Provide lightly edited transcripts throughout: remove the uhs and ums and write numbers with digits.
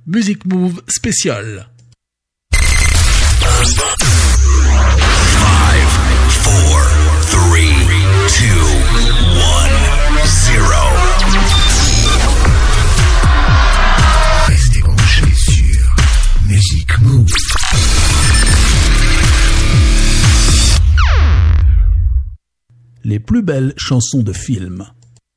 Music Move spécial. 5, 4, 3, 2, 1, 0. Restez branchés sur Music Move. Les plus belles chansons de films.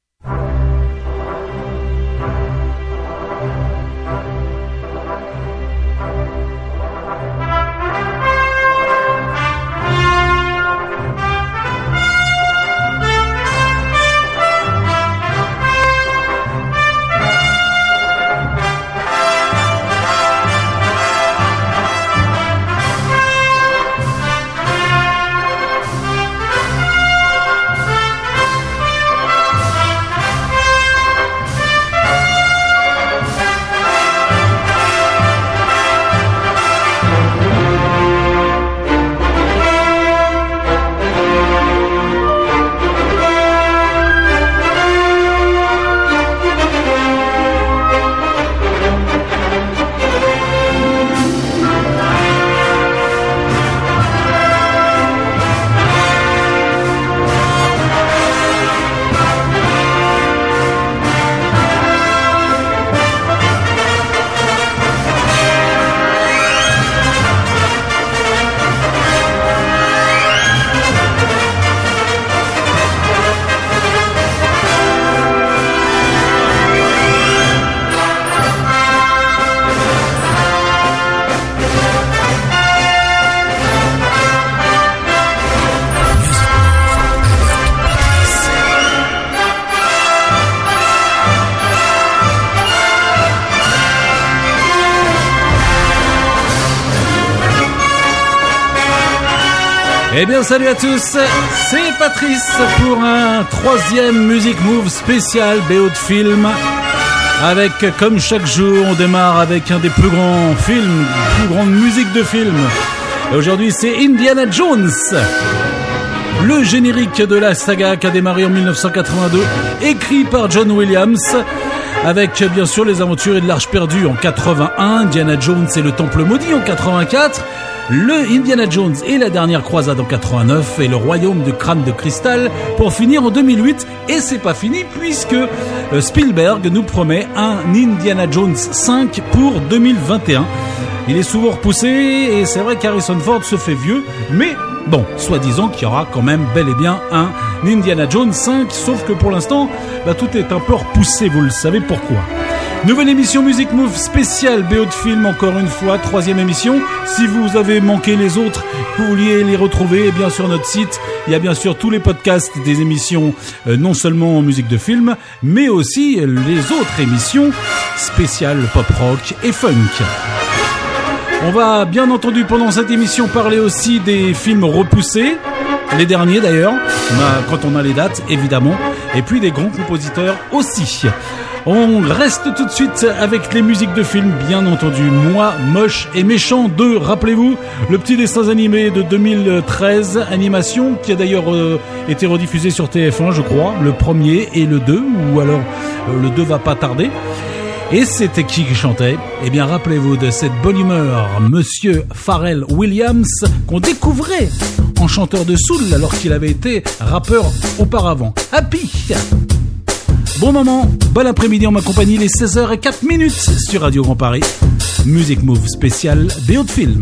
Eh bien salut à tous, c'est Patrice pour un troisième Music Move spécial BO de film. Avec, comme chaque jour, on démarre avec un des plus grands films, plus grande musique de film. Et aujourd'hui c'est Indiana Jones, le générique de la saga qui a démarré en 1982, écrit par John Williams. Avec bien sûr les aventures de l'Arche perdue en 81, Indiana Jones et le Temple maudit en 84, le Indiana Jones et la dernière croisade en 89 et le royaume du crâne de cristal pour finir en 2008. Et c'est pas fini puisque Spielberg nous promet un Indiana Jones 5 pour 2021. Il est souvent repoussé et c'est vrai qu'Harrison Ford se fait vieux, mais bon, soi-disant qu'il y aura quand même bel et bien un Indiana Jones 5, sauf que pour l'instant, tout est un peu repoussé, vous le savez pourquoi. Nouvelle émission Music Move spéciale BO de film, encore une fois, troisième émission. Si vous avez manqué les autres, vous vouliez les retrouver, eh bien sur notre site, il y a bien sûr tous les podcasts des émissions, non seulement en musique de film, mais aussi les autres émissions spéciales pop rock et funk. On va bien entendu pendant cette émission parler aussi des films repoussés, les derniers d'ailleurs, quand on a les dates évidemment, et puis des grands compositeurs aussi. On reste tout de suite avec les musiques de films, bien entendu. Moi, Moche et Méchant 2, rappelez-vous, le petit dessin animé de 2013, animation, qui a d'ailleurs été rediffusé sur TF1, je crois, le premier et le 2, ou alors le 2 va pas tarder. Et c'était qui chantait ? Eh bien, rappelez-vous de cette bonne humeur, Monsieur Pharrell Williams, qu'on découvrait en chanteur de soul alors qu'il avait été rappeur auparavant. Happy ! Bon moment, bon après-midi en ma compagnie, les 16h04 sur Radio Grand Paris. Music Move spécial BO de film.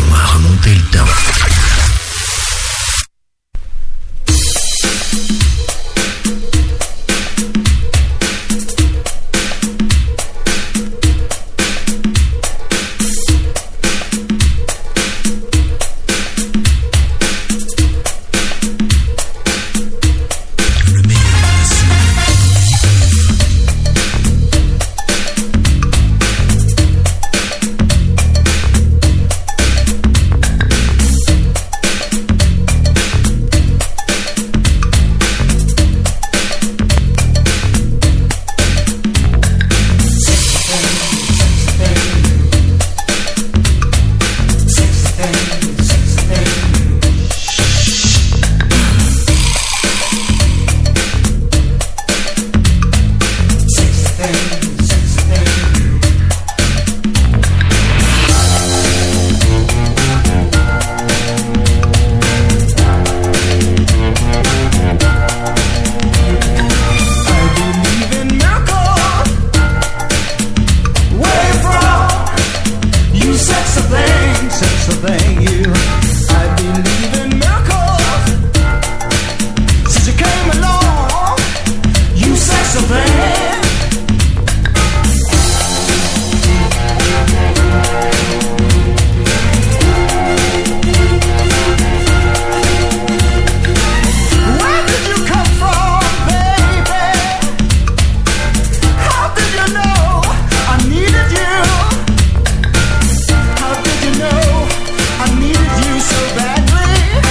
attention à remonter le temps. I needed you so badly.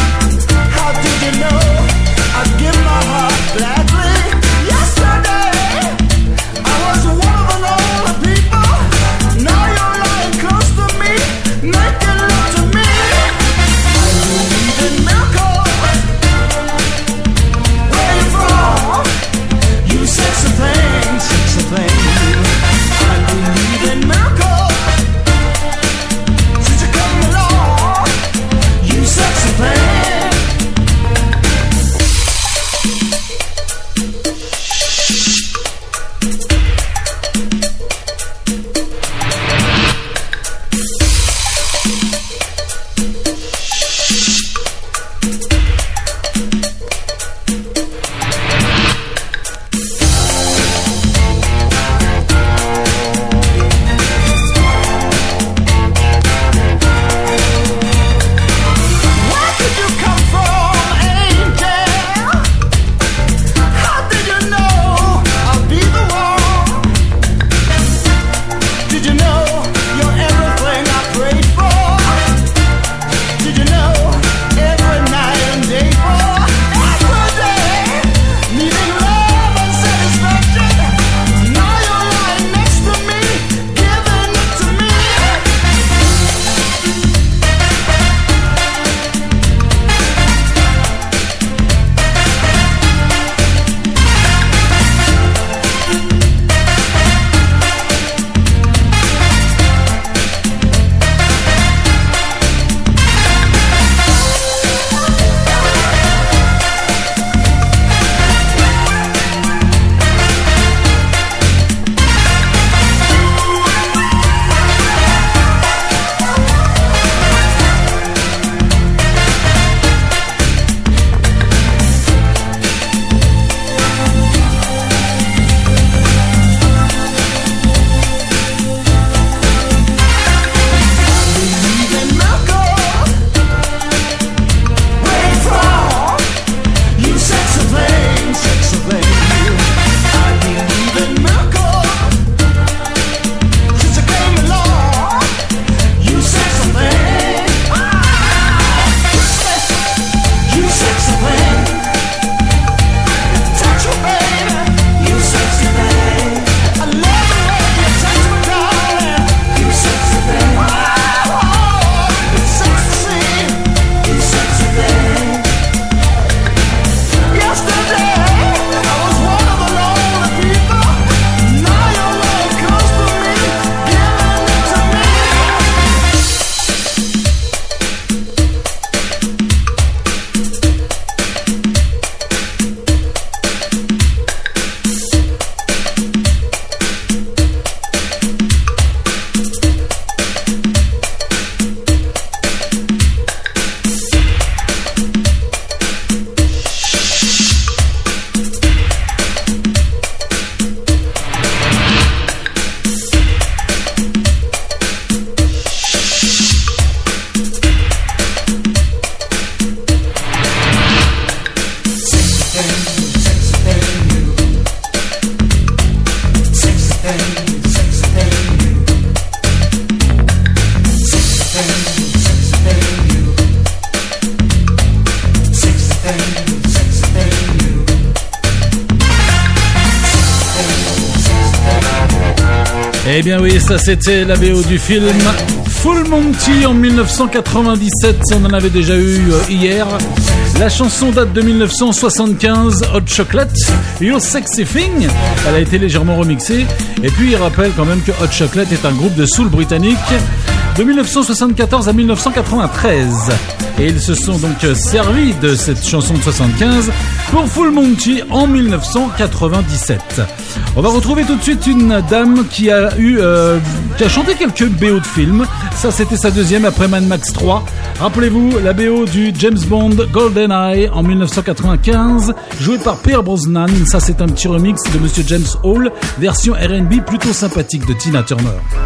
Eh bien oui, ça c'était la BO du film Full Monty en 1997, on en avait déjà eu hier. La chanson date de 1975, Hot Chocolate, Your Sexy Thing. Elle a été légèrement remixée. Et puis il rappelle quand même que Hot Chocolate est un groupe de soul britannique de 1974 à 1993. Et ils se sont donc servis de cette chanson de 75 pour Full Monty en 1997. On va retrouver tout de suite une dame qui a chanté quelques BO de films. Ça, c'était sa deuxième après Mad Max 3. Rappelez-vous la BO du James Bond GoldenEye en 1995, joué par Pierce Brosnan. Ça, c'est un petit remix de Monsieur James Hall, version R&B plutôt sympathique de Tina Turner.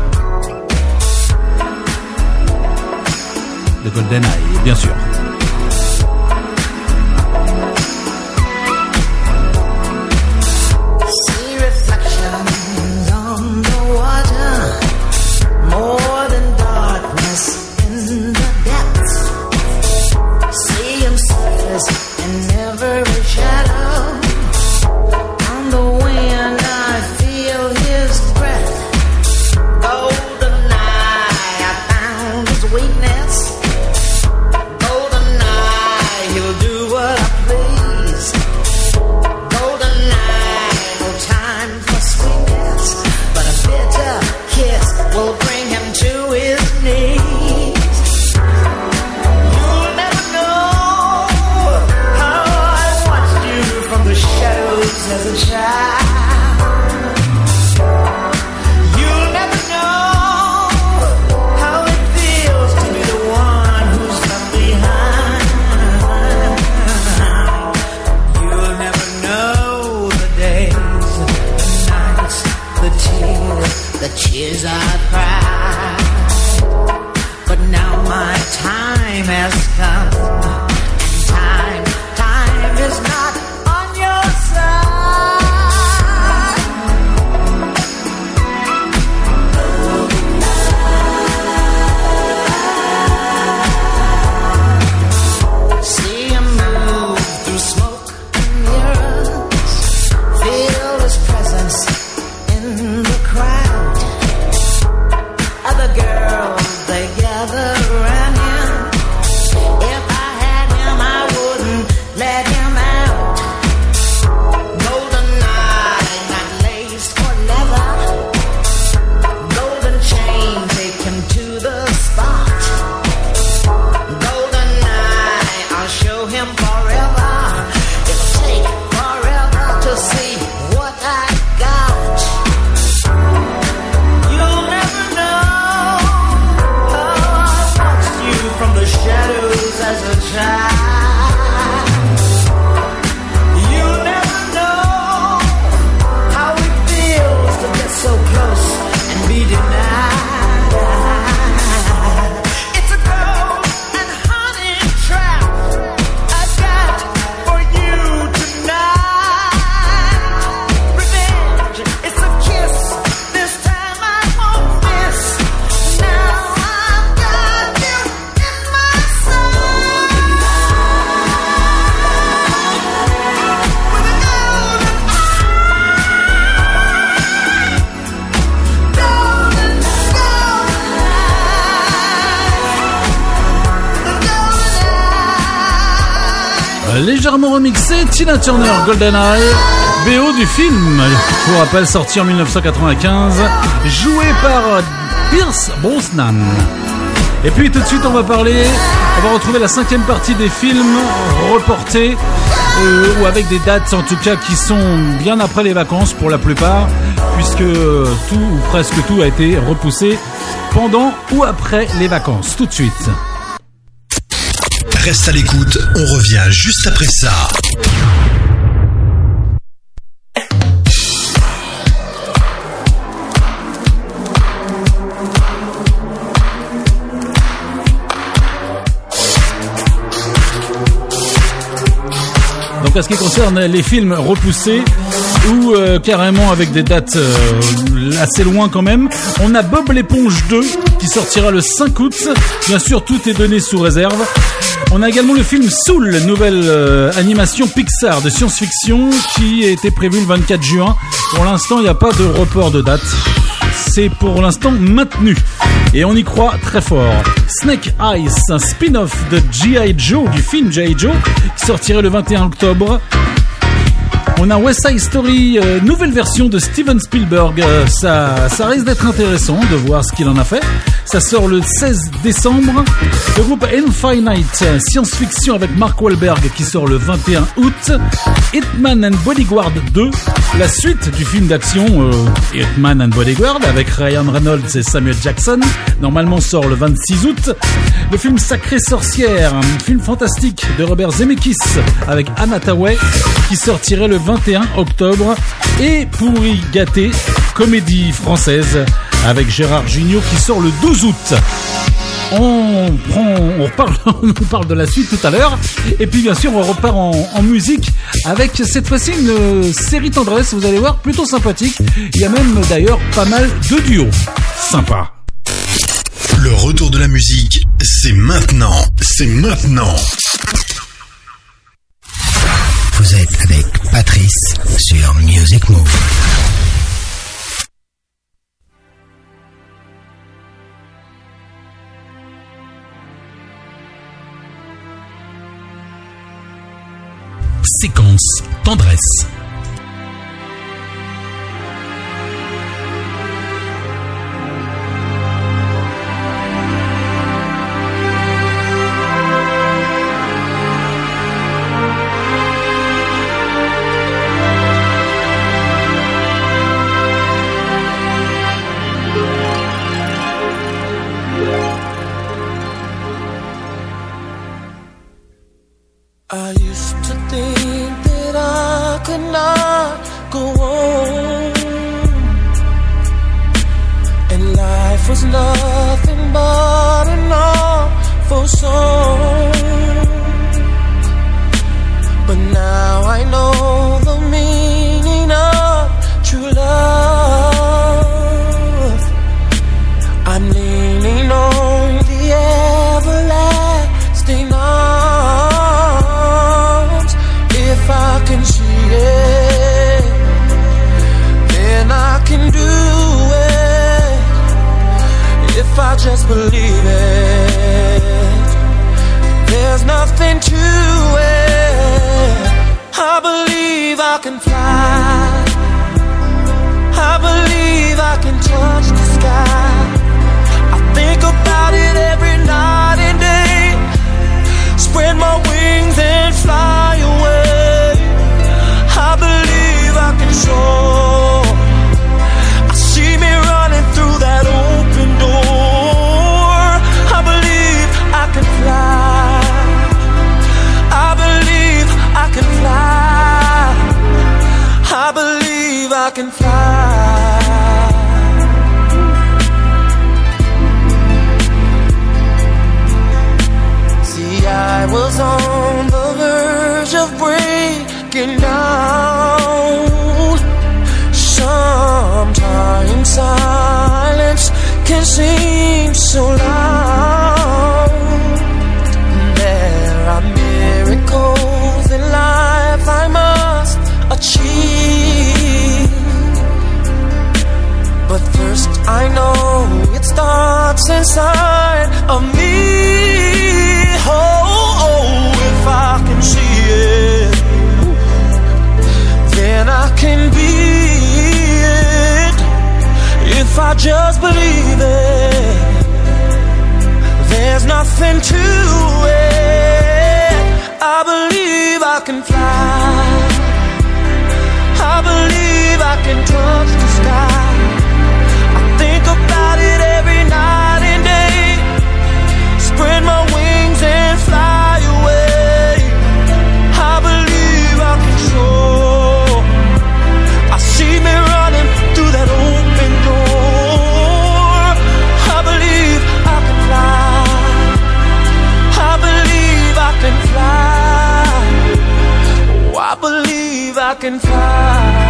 De GoldenEye, bien sûr. Légèrement remixé, Tina Turner, GoldenEye, BO du film, je vous rappelle, sorti en 1995, joué par Pierce Brosnan. Et puis tout de suite on va retrouver la 5e partie des films reportés, ou avec des dates en tout cas qui sont bien après les vacances pour la plupart, puisque tout ou presque tout a été repoussé pendant ou après les vacances. Tout de suite. Reste à l'écoute, on revient juste après ça. Donc à ce qui concerne les films repoussés ou carrément avec des dates assez loin quand même, on a Bob l'éponge 2 qui sortira le 5 août. Bien sûr, tout est donné sous réserve. On a également le film Soul, nouvelle animation Pixar de science-fiction qui a été prévu le 24 juin. Pour l'instant, il n'y a pas de report de date. c'est pour l'instant maintenu. Et on y croit très fort. Snake Eyes, un spin-off de G.I. Joe, du film G.I. Joe, qui sortirait le 21 octobre. On a West Side Story, nouvelle version de Steven Spielberg. Ça risque d'être intéressant de voir ce qu'il en a fait. Ça sort le 16 décembre. Le groupe Infinite, science-fiction avec Mark Wahlberg, qui sort le 21 août. Hitman and Bodyguard 2, la suite du film d'action Hitman and Bodyguard avec Ryan Reynolds et Samuel Jackson. Normalement sort le 26 août. Le film Sacrée Sorcière, un film fantastique de Robert Zemeckis avec Anna Hathaway, qui sortirait le 21 octobre. Et pour y gâter, comédie française avec Gérard Jugnot qui sort le 12 août. On parle de la suite tout à l'heure. Et puis bien sûr on repart en musique avec cette fois-ci une série tendresse, vous allez voir, plutôt sympathique. Il y a même d'ailleurs pas mal de duos. Sympa. Le retour de la musique, c'est maintenant. C'est maintenant. Vous êtes avec Patrice sur Music Move. Séquence tendresse. I used to think that I could not go on, and life was nothing but an awful song. But now I know the meaning of true love. I'm leaning on the everlasting arms. If I can see it, then I can do it. If I just believe it, there's nothing to it. I believe I can fly. I believe I can touch the sky. I think about it every night and day. Spread my wings and fly away. I believe I can soar. I see me running through that open door. I believe I can fly. I believe I can fly. I believe I can fly. See, I was on the verge of breaking down. Sometimes silence can seem so loud. There are miracles in life I must achieve. But first I know it starts inside of me. Oh, if I can see it, then I can be it. If I just believe it, there's nothing to it. I believe I can fly. I believe I can touch the sky. I think about it every night and day. Spread my wings and fly away. I believe I can soar. I see me running through that open door. I believe I can fly. I believe I can fly. Oh, I believe I can fly.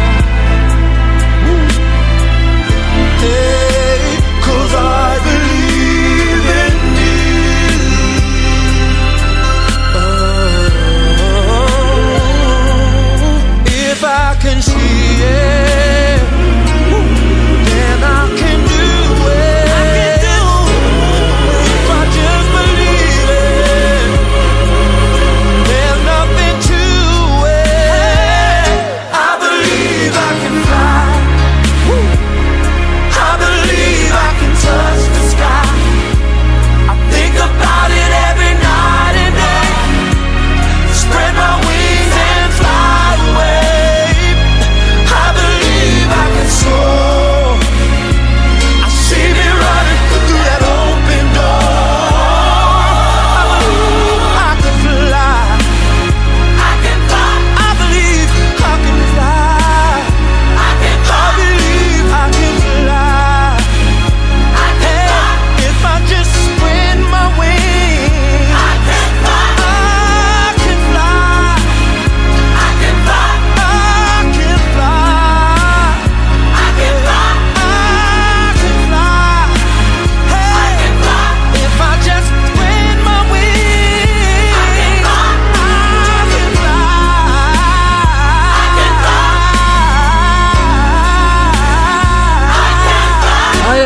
Hey, 'cause I believe in you. Oh, if I can see it, then I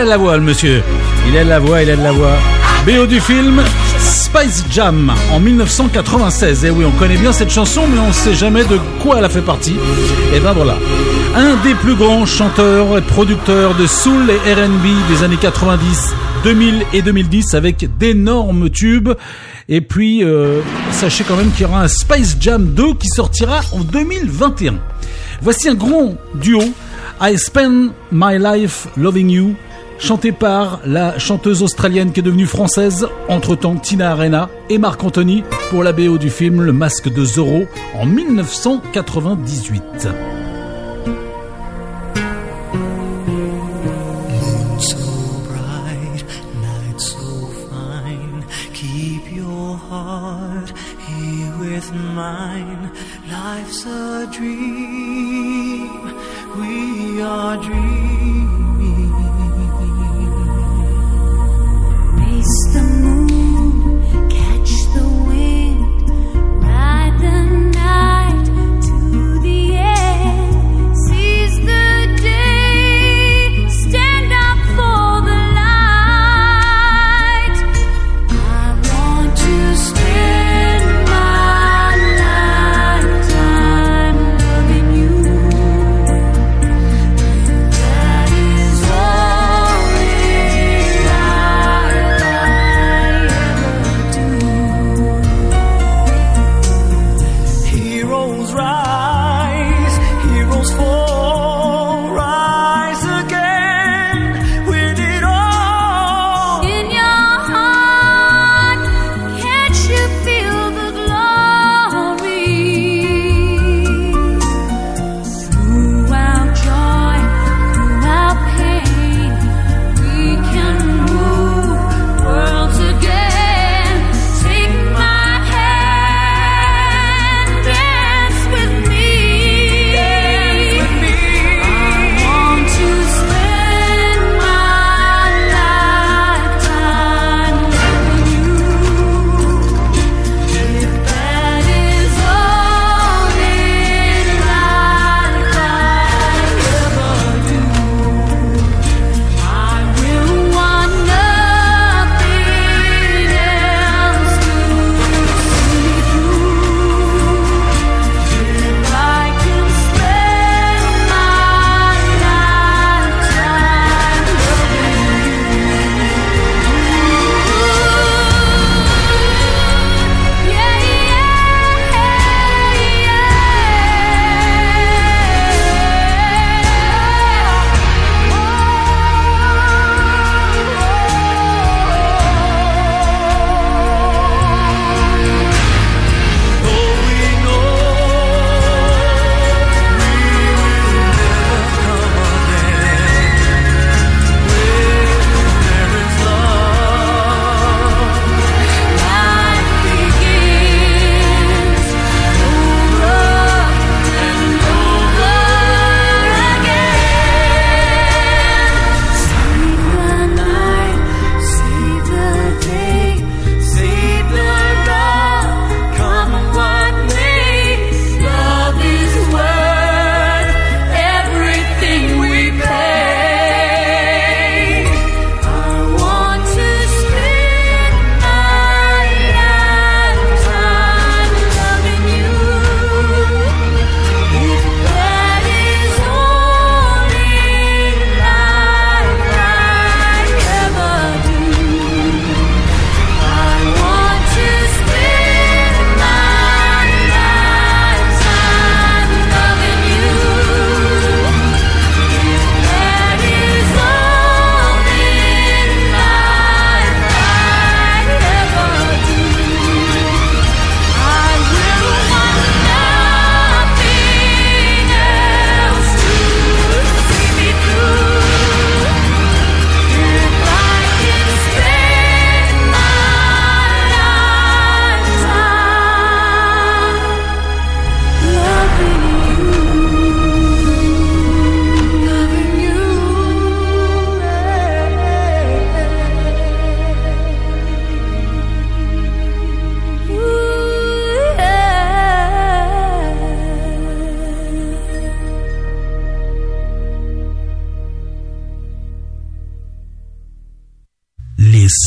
a de la voix, le monsieur. Il a de la voix. BO du film Space Jam en 1996. Et oui, on connaît bien cette chanson, mais on ne sait jamais de quoi elle a fait partie. Et ben voilà. Un des plus grands chanteurs et producteurs de soul et R&B des années 90, 2000 et 2010 avec d'énormes tubes. Et puis, sachez quand même qu'il y aura un Space Jam 2 qui sortira en 2021. Voici un grand duo, I Spend My Life Loving You, chanté par la chanteuse australienne qui est devenue française, entre-temps Tina Arena et Marc Anthony pour la BO du film Le Masque de Zorro en 1998. Mine, life's a dream, we are dreaming. Race the moon, catch the wind, ride the night to the end, seize the day, stand up for the light. I want to spend that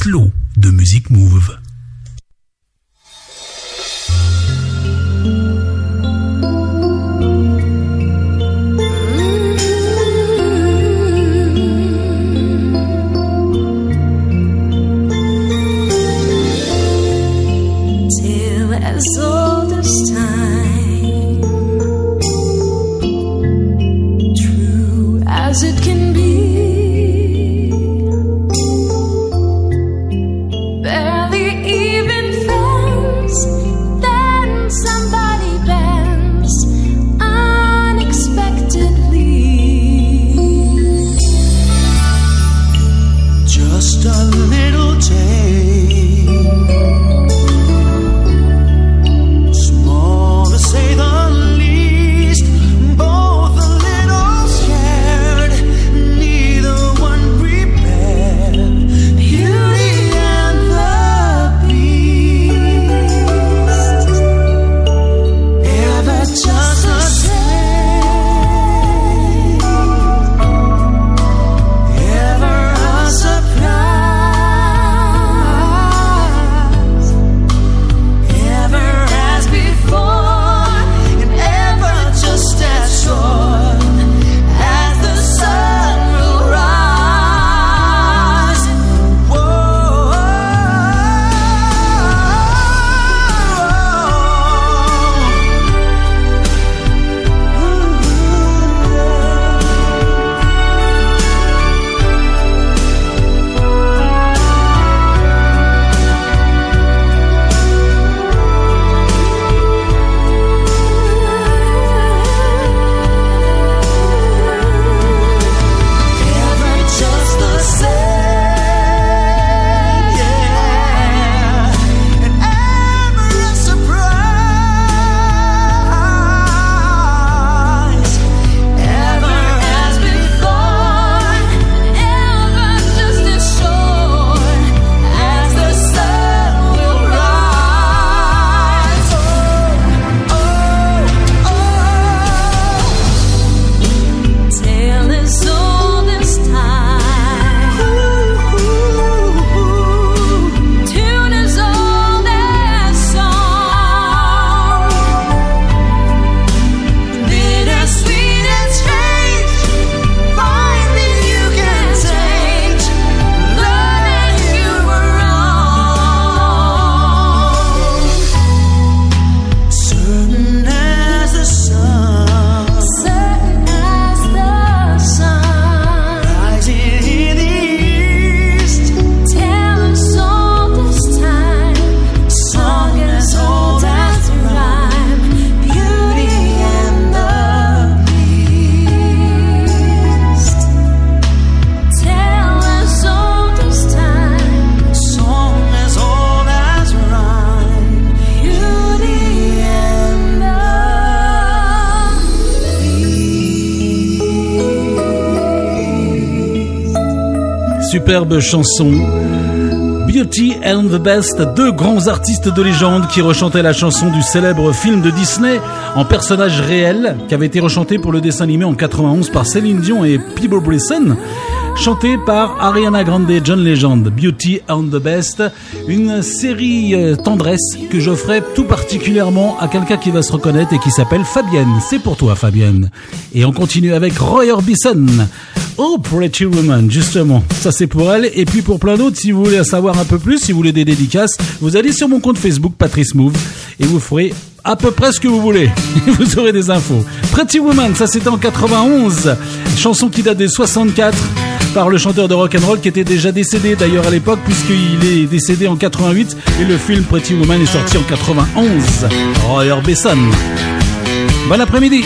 flow de Music Move. As old as time, true as it can be, barely even friends, then somebody bends unexpectedly. Just a little taste, say the least, both a little scared, neither one prepared. Beauty and the Beast, ever just the same, ever a surprise, ever as before. Superbe chanson, Beauty and the Beast, deux grands artistes de légende qui rechantaient la chanson du célèbre film de Disney en personnage réel qui avait été rechanté pour le dessin animé en 91 par Céline Dion et Peebo Brisson, chanté par Ariana Grande et John Legend. Beauty and the Beast, une série tendresse que j'offrais tout particulièrement à quelqu'un qui va se reconnaître et qui s'appelle Fabienne. C'est pour toi, Fabienne. Et on continue avec Roy Orbison. Oh, Pretty Woman, justement, ça c'est pour elle. Et puis pour plein d'autres, si vous voulez en savoir un peu plus, si vous voulez des dédicaces, vous allez sur mon compte Facebook, Patrice Move, et vous ferez à peu près ce que vous voulez. Vous aurez des infos. Pretty Woman, ça c'était en 91, chanson qui date des 64, par le chanteur de rock'n'roll qui était déjà décédé d'ailleurs à l'époque, puisqu'il est décédé en 88, et le film Pretty Woman est sorti en 91. Roy Orbison. Bon après-midi.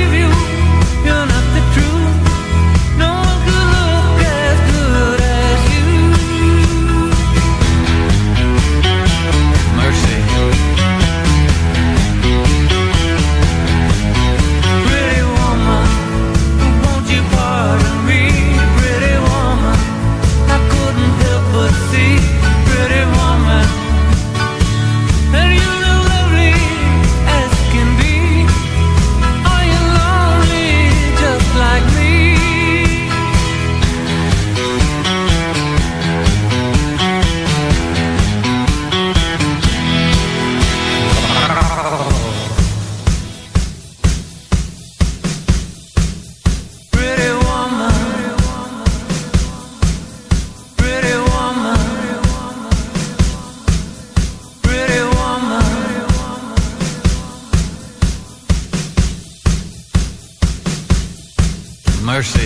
You're not the truth. No one could look as good as mercy.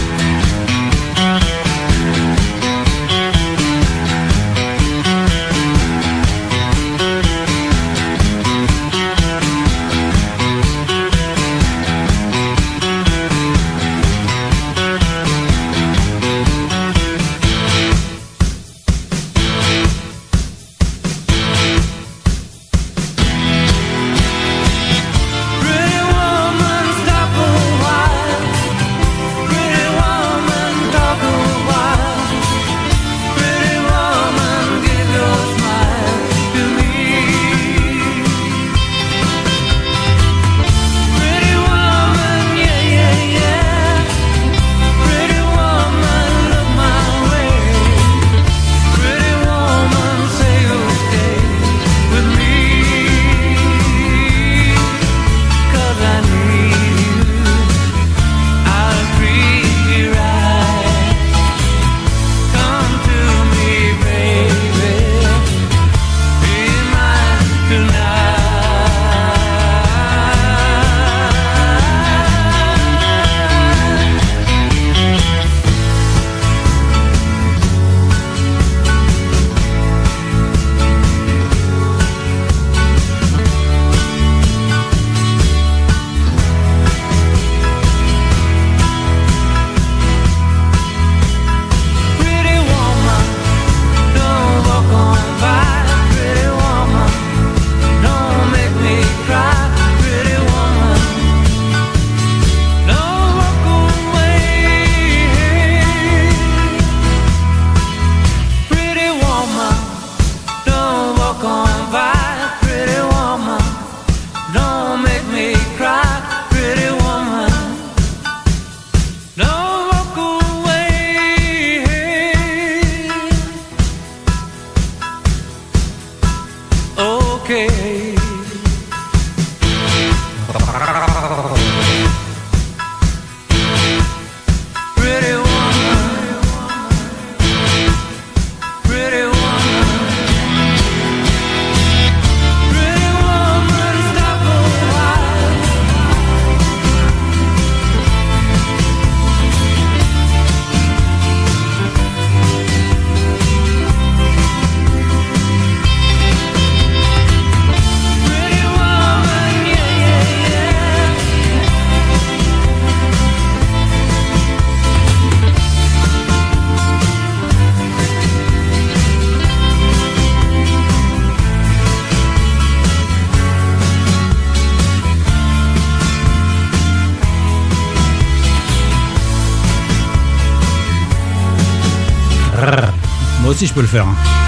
Moi aussi je peux le faire.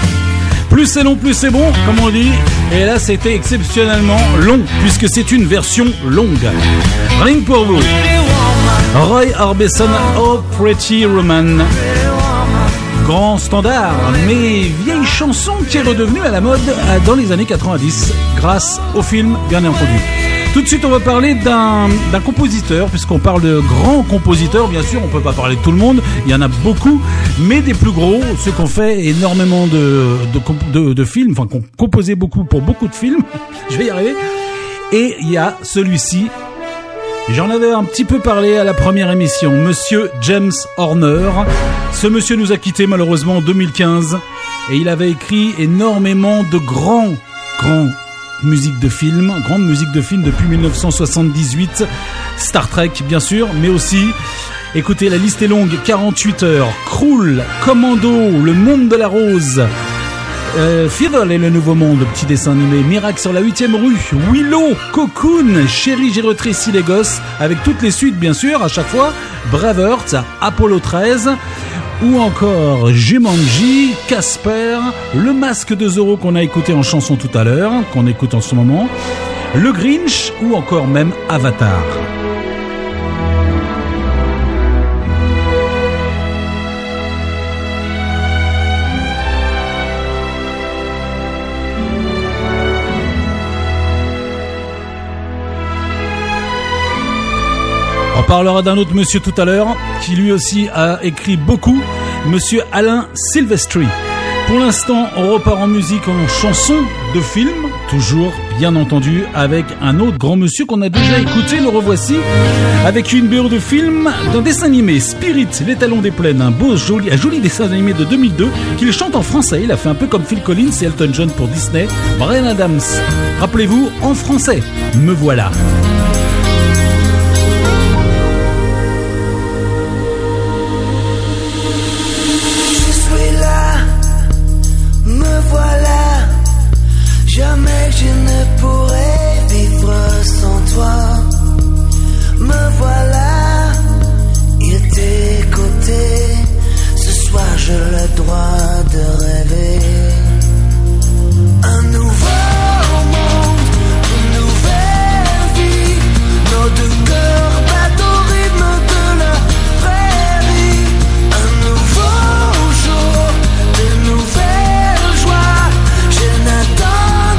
Plus c'est long, plus c'est bon, comme on dit. Et là c'était exceptionnellement long, puisque c'est une version longue. Rien que pour vous. Roy Orbison, Oh Pretty Woman. Grand standard, mais vieille chanson qui est redevenue à la mode dans les années 90, grâce au film bien entendu. Tout de suite on va parler d'un compositeur, puisqu'on parle de grands compositeurs, bien sûr on peut pas parler de tout le monde, il y en a beaucoup, mais des plus gros, ceux qui ont fait énormément de films, enfin qui ont composé beaucoup pour beaucoup de films, je vais y arriver, et il y a celui-ci, j'en avais un petit peu parlé à la première émission, Monsieur James Horner. Ce monsieur nous a quittés malheureusement en 2015, et il avait écrit énormément de grandes musique de film depuis 1978, Star Trek bien sûr, mais aussi, écoutez, la liste est longue, 48 heures, Krull, Commando, Le Monde de la Rose, Fievel et le Nouveau Monde, petit dessin animé, Miracle sur la 8ème rue, Willow, Cocoon, Chérie j'ai rétréci les gosses, avec toutes les suites bien sûr, à chaque fois, Braveheart, Apollo 13, ou encore Jumanji, Casper, Le Masque de Zorro qu'on a écouté en chanson tout à l'heure, qu'on écoute en ce moment, Le Grinch ou encore même Avatar. On parlera d'un autre monsieur tout à l'heure qui lui aussi a écrit beaucoup, monsieur Alain Silvestri. Pour l'instant, on repart en musique en chanson de film, toujours bien entendu avec un autre grand monsieur qu'on a déjà écouté. Le revoici avec une BO de film d'un dessin animé, Spirit, les talons des plaines, un joli dessin animé de 2002 qu'il chante en français. Il a fait un peu comme Phil Collins et Elton John pour Disney. Bryan Adams, rappelez-vous, en français, me voilà. Jamais je ne pourrais vivre sans toi. Me voilà, à tes côtés. Ce soir j'ai le droit de rêver. Un nouveau monde, une nouvelle vie. Nos deux cœurs battent au rythme de la prairie. Un nouveau jour, de nouvelles joies. Je n'attends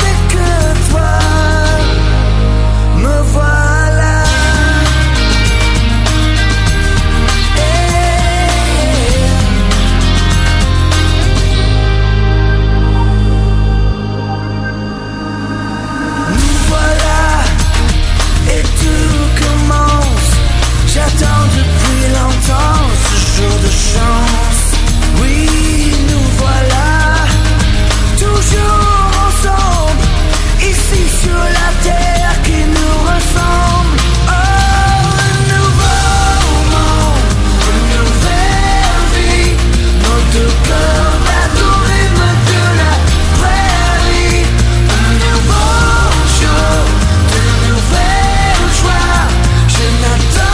j'attends depuis longtemps ce jour de chance. Oui, nous voilà, toujours ensemble, ici sur la terre qui nous ressemble. Oh, un nouveau monde, une nouvelle vie. Nos deux cœurs battent au rythme de la prairie. Un nouveau jour, de nouvelles joies. Je n'attends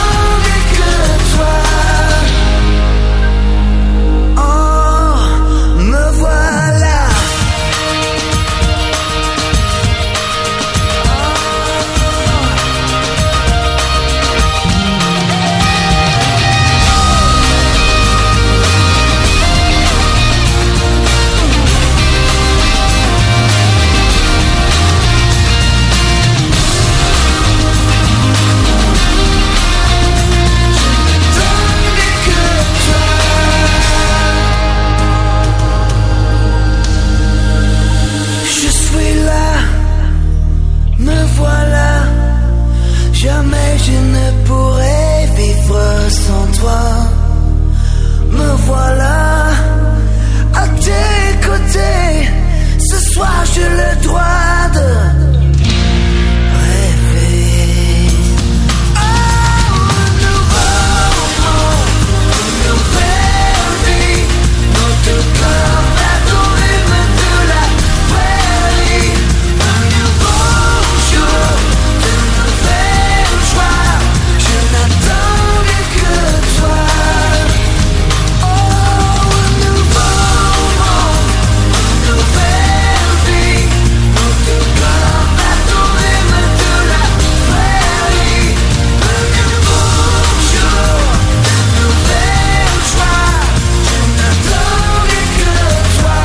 jamais je ne pourrais vivre sans toi. Me voilà à tes côtés. Ce soir j'ai le droit de rêver. Oh, un nouveau monde, une nouvelle vie. Nos deux cœurs battent au rythme de la prairie. Un nouveau jour, de nouvelles joies. Je n'attendais que toi. Oh, un nouveau monde, une nouvelle vie. Nos deux cœurs battent au rythme de la prairie. Un nouveau jour, de nouvelles joies. Je n'attendais que toi.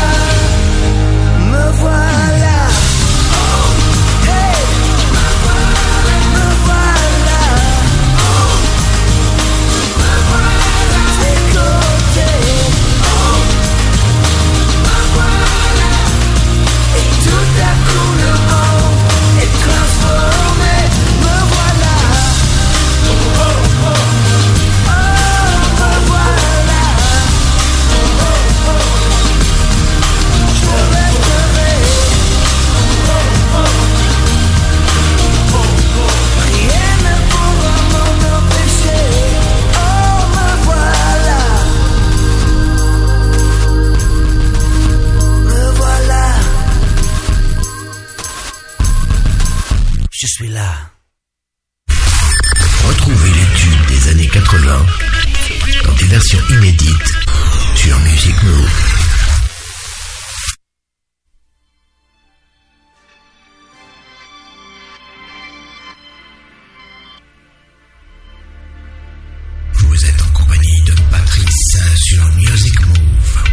Me voilà. Oh, hey, me voilà. Me voilà. Oh, me voilà. À tes côtés. Oh, me voilà. Et tout à coup le monde est transformé. Me voilà. Oh, oh, oh. Oh, me voilà. Oh, oh, oh. Je resterai. Rien ne pourra m'en empêcher. Oh, me voilà. Me voilà. Je suis là. Retrouvez les tubes des années 80 dans des versions inédites sur Music Move. Vous êtes en compagnie de Patrice sur Music Move.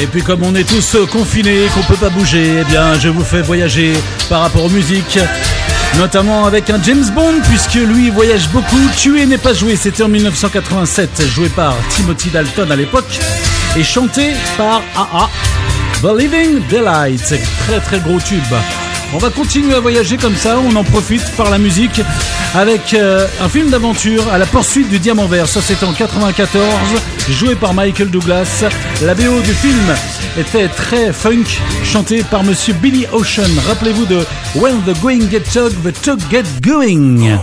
puis comme on est tous confinés, qu'on peut pas bouger, eh bien je vous fais voyager par rapport aux musiques, notamment avec un James Bond, puisque lui voyage beaucoup. Tuer n'est pas joué, c'était en 1987, joué par Timothy Dalton à l'époque et chanté par A.A. The Living Daylights, très très gros tube. On va continuer à voyager comme ça, on en profite par la musique avec un film d'aventure à la poursuite du diamant vert. Ça c'était en 94, joué par Michael Douglas. La BO du film était très funk, chantée par monsieur Billy Ocean. Rappelez-vous de When the Going Get Tough, the Tug Get Going.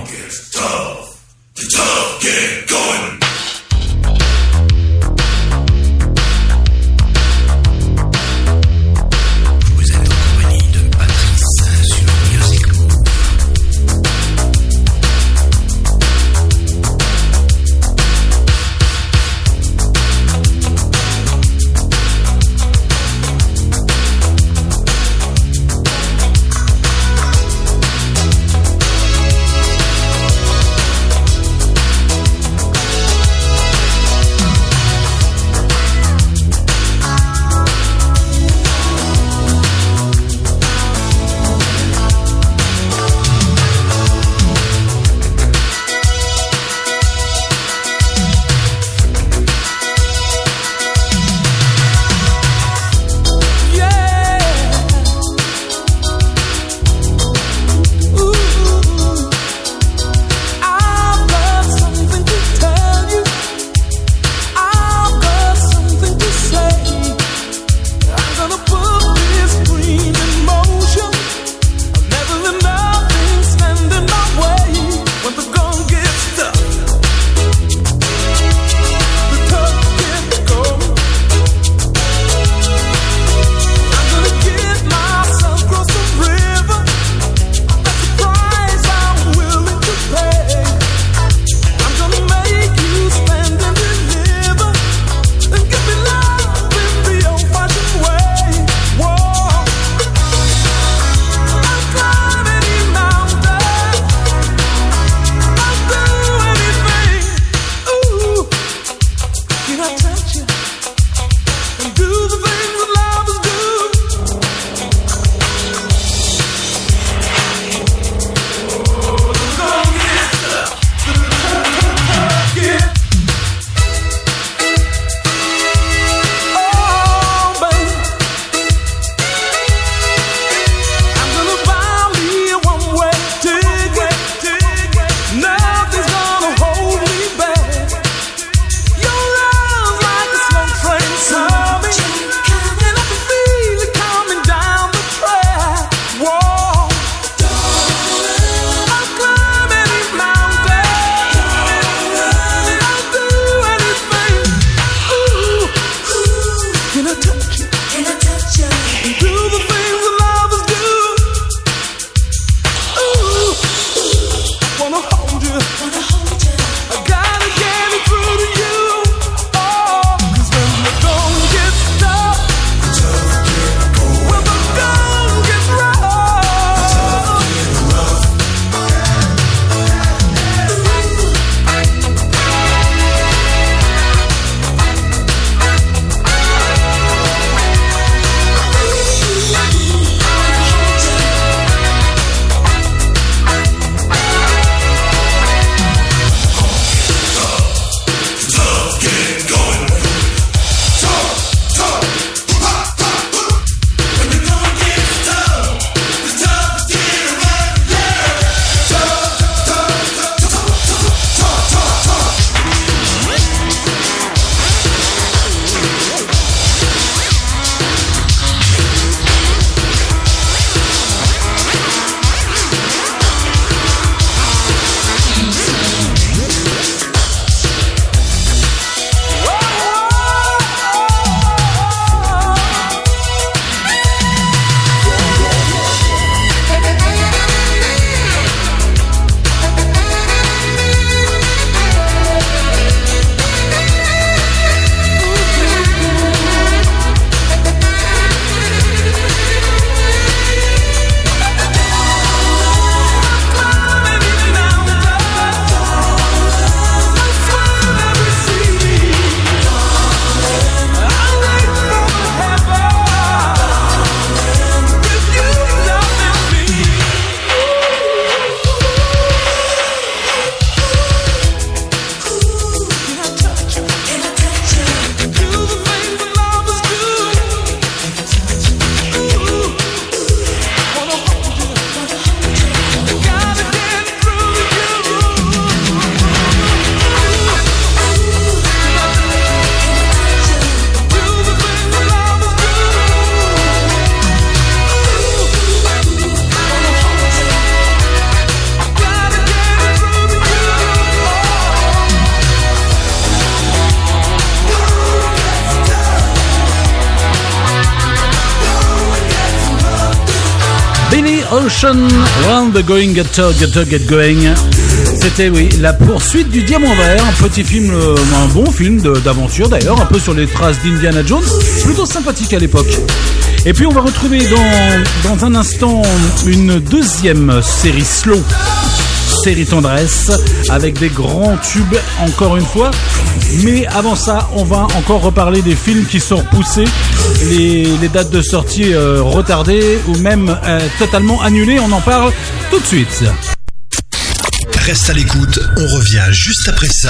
Billy Ocean, Round the Going, Get Going. C'était, oui, la poursuite du Diamant Vert, un petit film, un bon film d'aventure d'ailleurs, un peu sur les traces d'Indiana Jones, plutôt sympathique à l'époque. Et puis on va retrouver dans un instant une deuxième série slow, série tendresse, avec des grands tubes encore une fois. Mais avant ça, on va encore reparler des films qui sont repoussés, les dates de sortie retardées ou même totalement annulées. On en parle tout de suite. Reste à l'écoute, on revient juste après ça.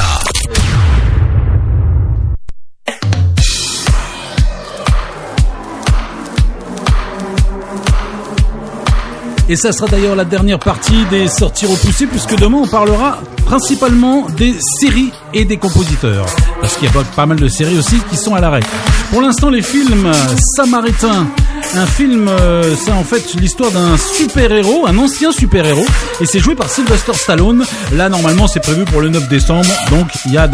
Et ça sera d'ailleurs la dernière partie des sorties repoussées, puisque demain on parlera principalement des séries et des compositeurs, parce qu'il y a pas mal de séries aussi qui sont à l'arrêt. Pour l'instant, les films Samaritain, un film, c'est en fait l'histoire d'un super-héros, un ancien super-héros, et c'est joué par Sylvester Stallone. Là, normalement, c'est prévu pour le 9 décembre, donc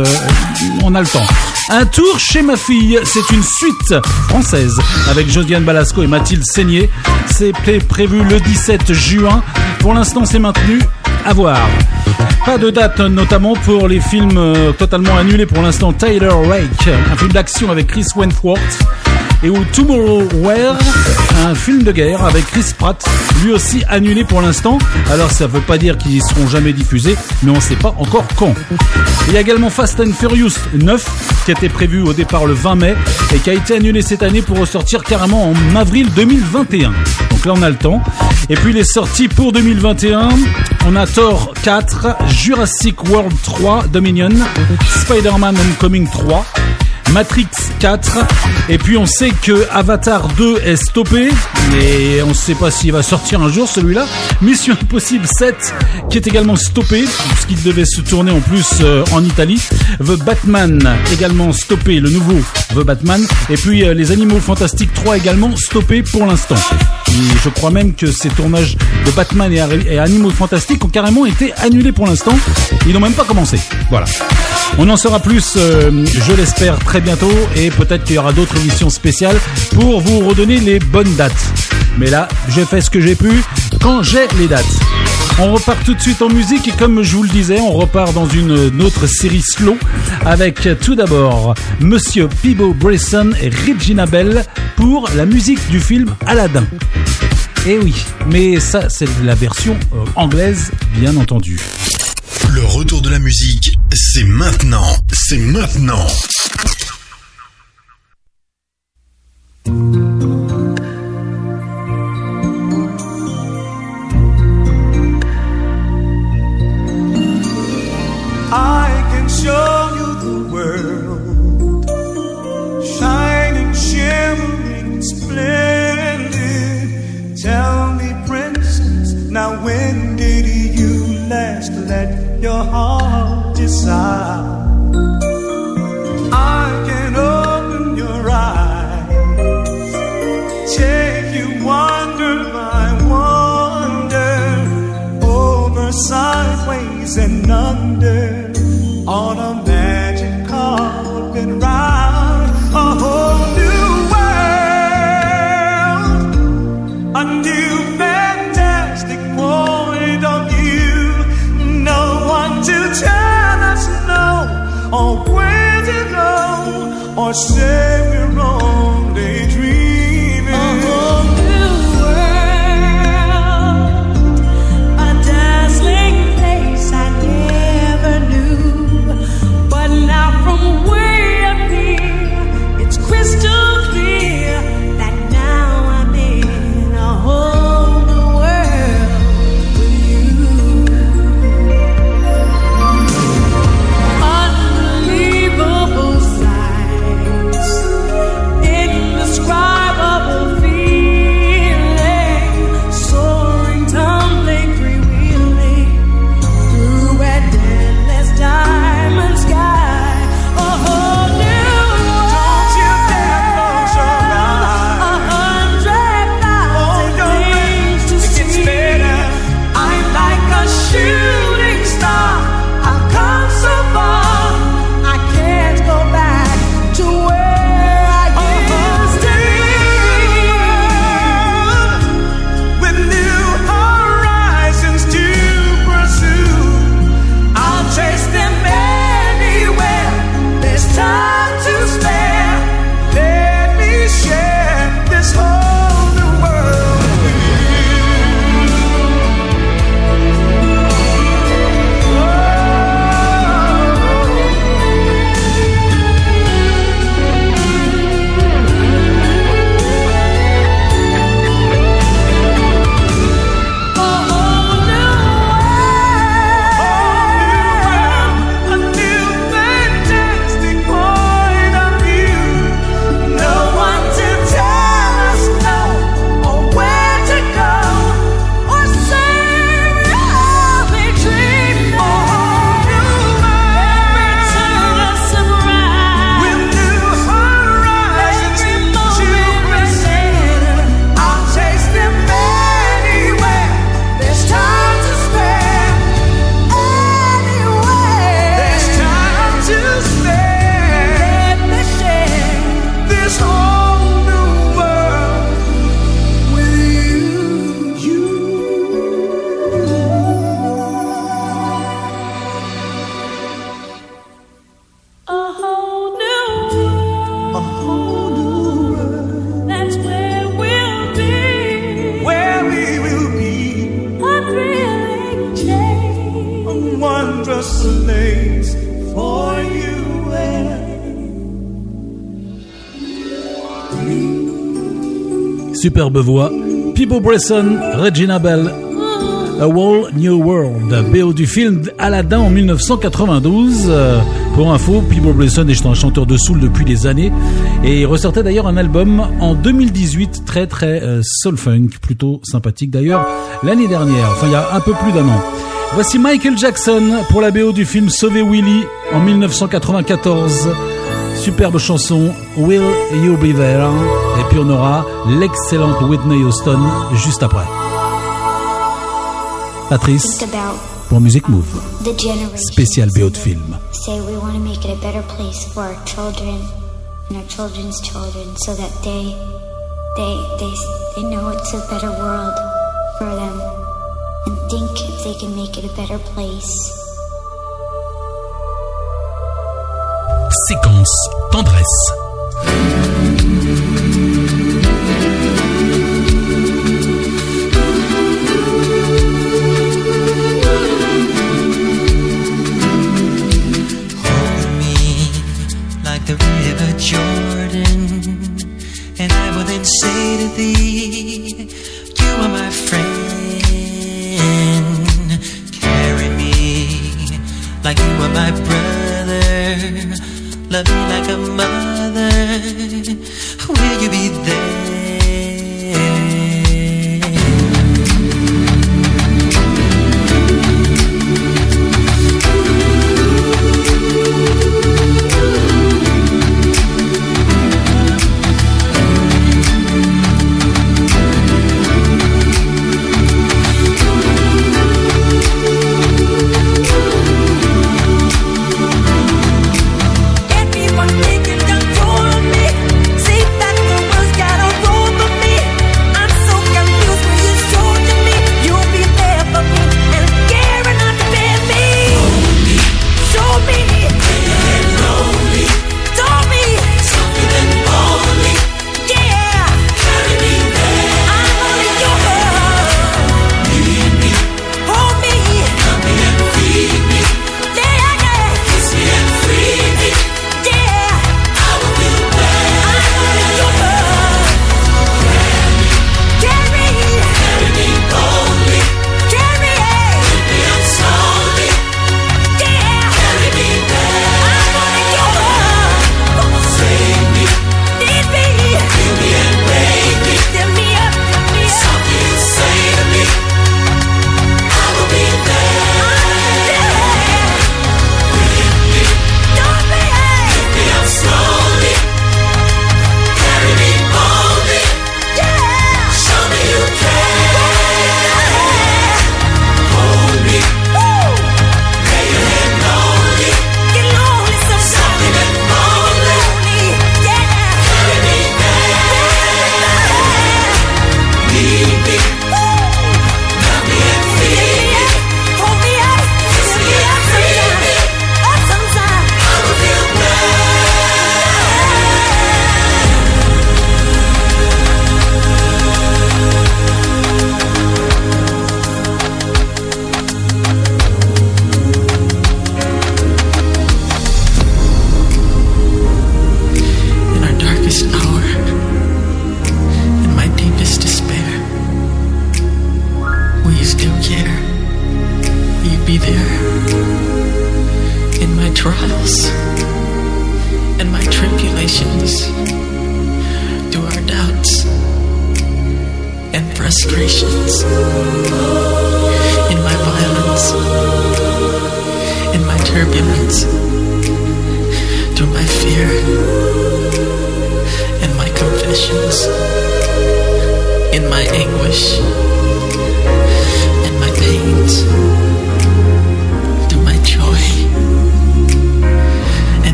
on a le temps. Un tour chez ma fille, c'est une suite française avec Josiane Balasco et Mathilde Seigné. C'était prévu le 17 juin. Pour l'instant, c'est maintenu. À voir. Pas de date, notamment pour les films totalement annulés pour l'instant. Tyler Rake, un film d'action avec Chris Wentworth, et ou Tomorrowhere, un film de guerre avec Chris Pratt, lui aussi annulé pour l'instant. Alors ça veut pas dire qu'ils seront jamais diffusés, mais on sait pas encore quand. Il y a également Fast and Furious 9 qui était prévu au départ le 20 mai et qui a été annulé cette année pour ressortir carrément en avril 2021. Donc là on a le temps. Et puis les sorties pour 2021, on a Thor 4, Jurassic World 3, Dominion, Spider-Man Homecoming 3, Matrix 4, et puis on sait que Avatar 2 est stoppé, mais on ne sait pas s'il va sortir un jour celui-là. Mission Impossible 7 qui est également stoppé, puisqu'il devait se tourner en plus en Italie. The Batman également stoppé, le nouveau The Batman, et puis les Animaux Fantastiques 3 également stoppé pour l'instant. Et je crois même que ces tournages de Batman et Animaux Fantastiques ont carrément été annulés pour l'instant. Ils n'ont même pas commencé. Voilà. On en saura plus, je l'espère, très bientôt, et peut-être qu'il y aura d'autres émissions spéciales pour vous redonner les bonnes dates. Mais là, je fais ce que j'ai pu quand j'ai les dates. On repart tout de suite en musique, et comme je vous le disais, on repart dans une autre série slow avec tout d'abord Monsieur Peabo Bryson et Regina Bell pour la musique du film Aladdin. Eh oui, mais ça c'est la version anglaise, bien entendu. Le retour de la musique, c'est maintenant. C'est maintenant. I can show you the world, shining, shimmering, splendid. Tell me, princess, now when did you last let your heart decide? I can open your eyes, take you wonder by wonder, over, sideways, and under, on a magic carpet ride, a whole new world, a new fantastic point of view. No one to tell us no, or where to go, or say we're only dreaming. A whole new world, a dazzling place I never knew. But now from way up here, it's crystal clear that now I'm in a whole new world with you. Unbelievable sights Superbe voix. Peabo Bresson, Regina Bell, A Whole New World, BO du film Aladdin en 1992. Pour info, Peabo Bresson est un chanteur de soul depuis des années et il ressortait d'ailleurs un album en 2018 très soul funk, plutôt sympathique d'ailleurs l'année dernière, enfin il y a un peu plus d'un an. Voici Michael Jackson pour la BO du film Sauver Willy en 1994. Superbe chanson, Will You Be There? Et puis on aura l'excellente Whitney Houston juste après. Patrice, pour Music Move, spécial BO de film. Say we want to make it a better place for our children and our children's children, so that they know it's a better world for them, and think if they can make it a better place. Séquence tendresse. The river Jordan, and I will then say to thee, you are my friend. Carry me like you are my brother. Love me like a mother. Will you be there?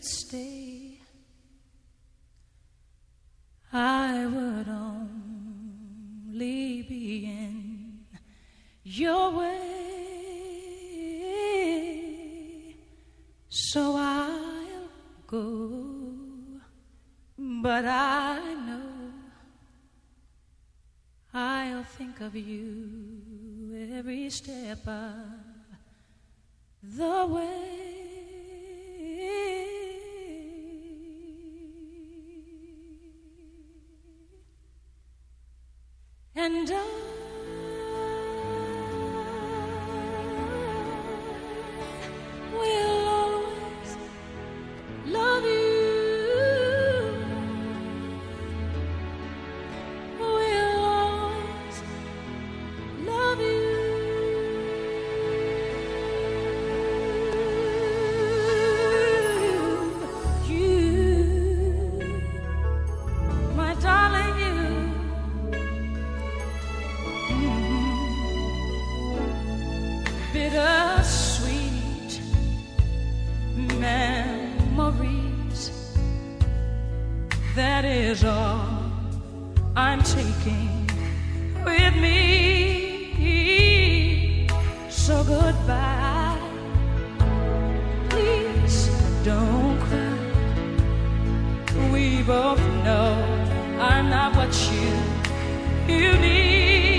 stay, I would only be in your way. So I'll go, but I know I'll think of you every step of the way. And I will always love you. Will always love you. My darling, you. Bittersweet memories, that is all I'm taking with me. So goodbye, please don't cry. We both know I'm not what you need.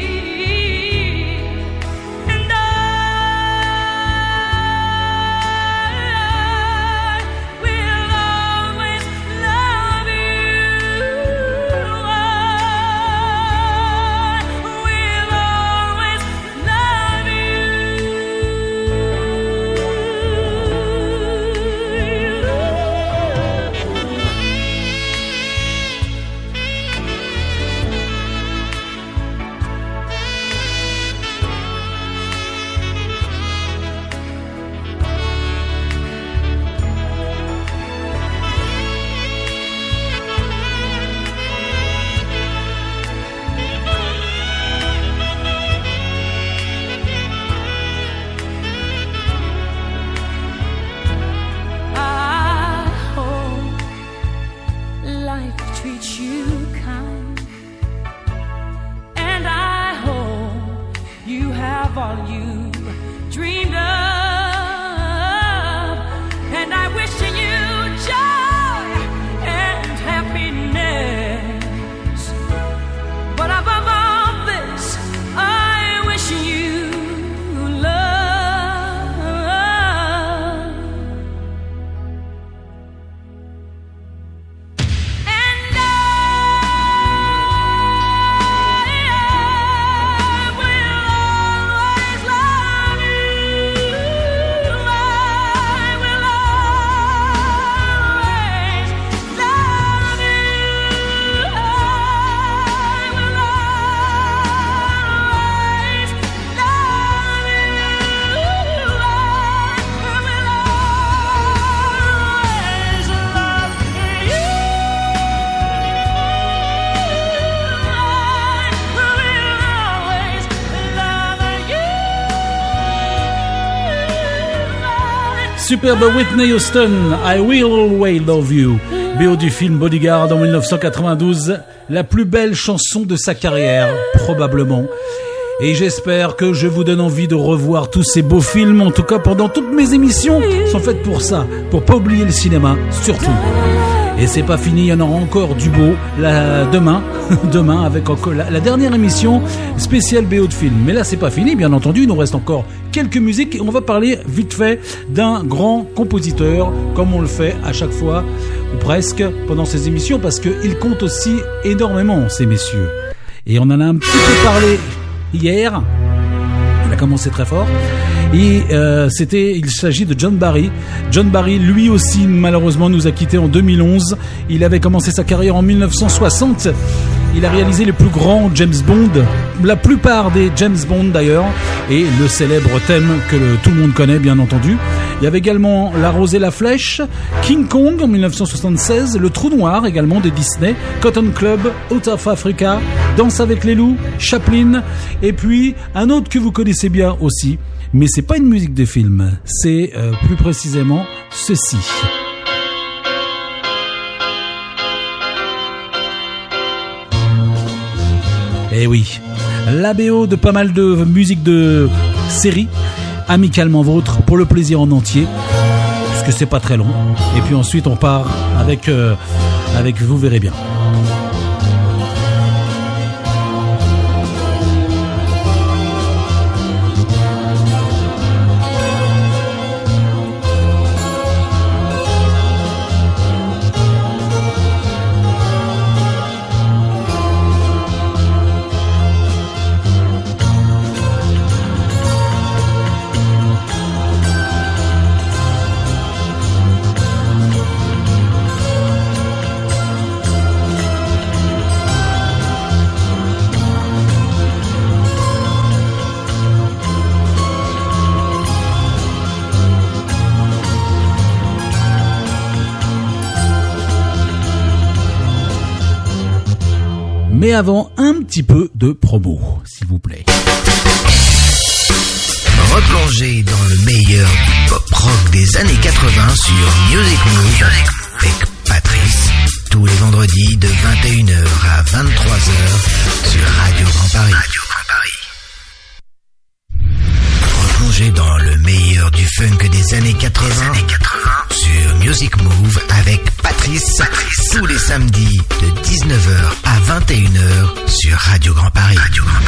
Superbe Whitney Houston, I Will Always Love You, BO du film Bodyguard en 1992, la plus belle chanson de sa carrière, probablement. Et j'espère que je vous donne envie de revoir tous ces beaux films, en tout cas pendant toutes mes émissions sont faites pour ça, pour pas oublier le cinéma, surtout. Et c'est pas fini, il y en aura encore du beau demain avec encore la dernière émission spéciale BO de film. Mais là c'est pas fini, bien entendu, il nous reste encore quelques musiques et on va parler vite fait d'un grand compositeur, comme on le fait à chaque fois, ou presque, pendant ces émissions, parce qu'il compte aussi énormément, ces messieurs. Et on en a un petit peu parlé hier, il a commencé très fort. Et il s'agit de John Barry. John Barry, lui aussi, malheureusement, nous a quittés en 2011. Il avait commencé sa carrière en 1960. Il a réalisé les plus grands James Bond, la plupart des James Bond d'ailleurs, et le célèbre thème que tout le monde connaît, bien entendu. Il y avait également La Rose et la Flèche, King Kong en 1976, Le Trou Noir également de Disney, Cotton Club, Out of Africa, Danse avec les loups, Chaplin, et puis un autre que vous connaissez bien aussi. Mais c'est pas une musique de film, c'est plus précisément ceci. Eh oui, la BO de pas mal de musique de séries, Amicalement Vôtre, pour le plaisir en entier, puisque c'est pas très long. Et puis ensuite on part avec Vous verrez bien. Mais avant, un petit peu de promo, s'il vous plaît. Replongez dans le meilleur du pop rock des années 80 sur Music Move avec Patrice, tous les vendredis de 21h à 23h sur Radio Grand Paris. Replongez dans le meilleur du funk des années 80 sur Music Move avec Patrice, tous les samedis de 19h à 21h sur Radio Grand Paris.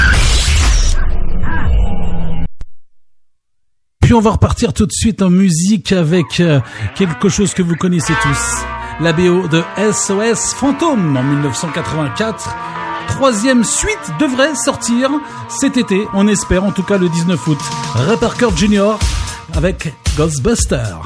Puis on va repartir tout de suite en musique avec quelque chose que vous connaissez tous. La BO de SOS Fantôme en 1984. Troisième suite devrait sortir cet été, on espère, en tout cas le 19 août. Ray Parker Jr. avec Ghostbusters.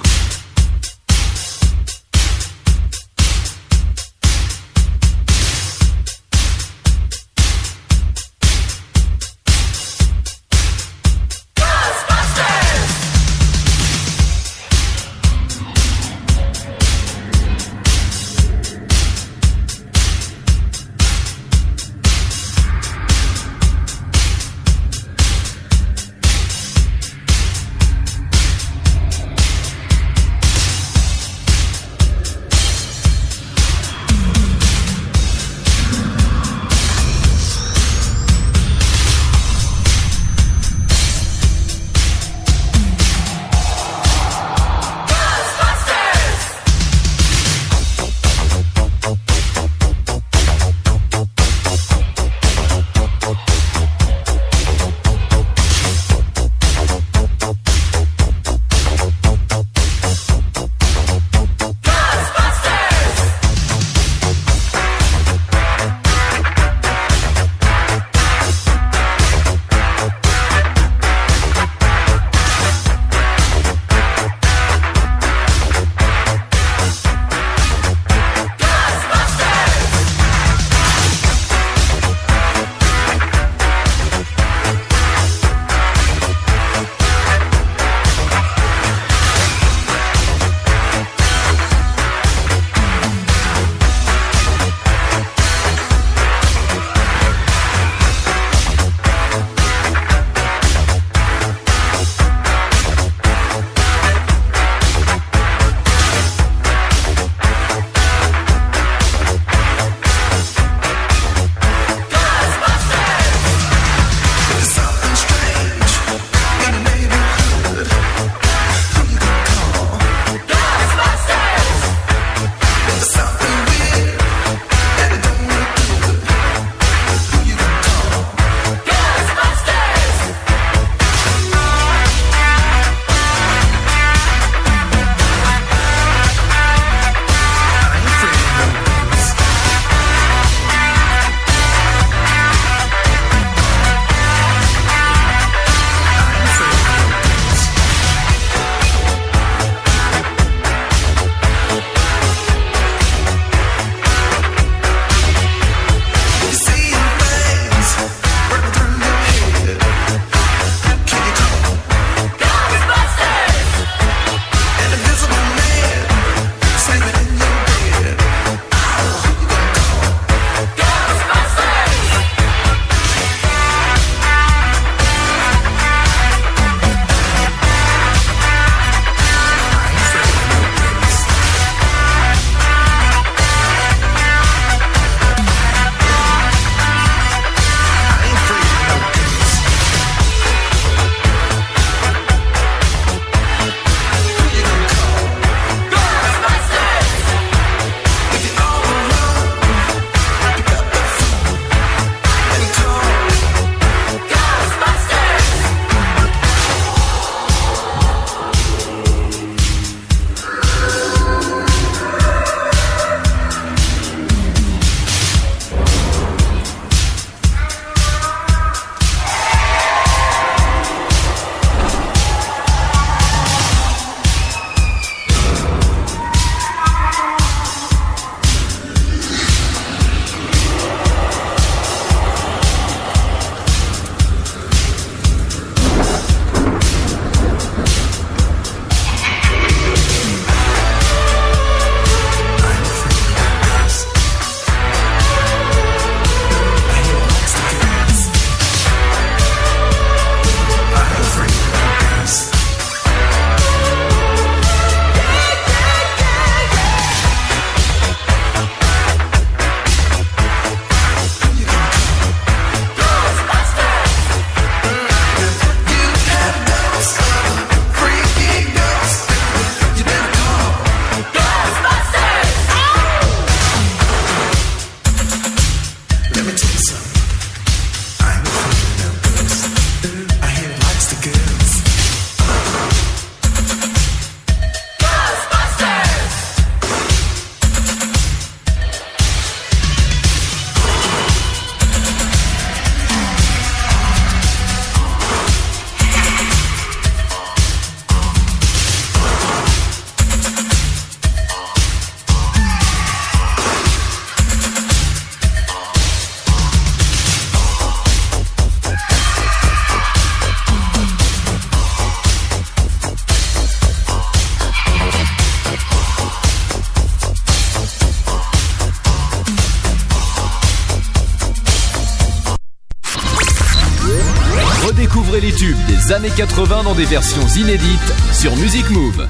les tubes des années 80 dans des versions inédites sur Music Move.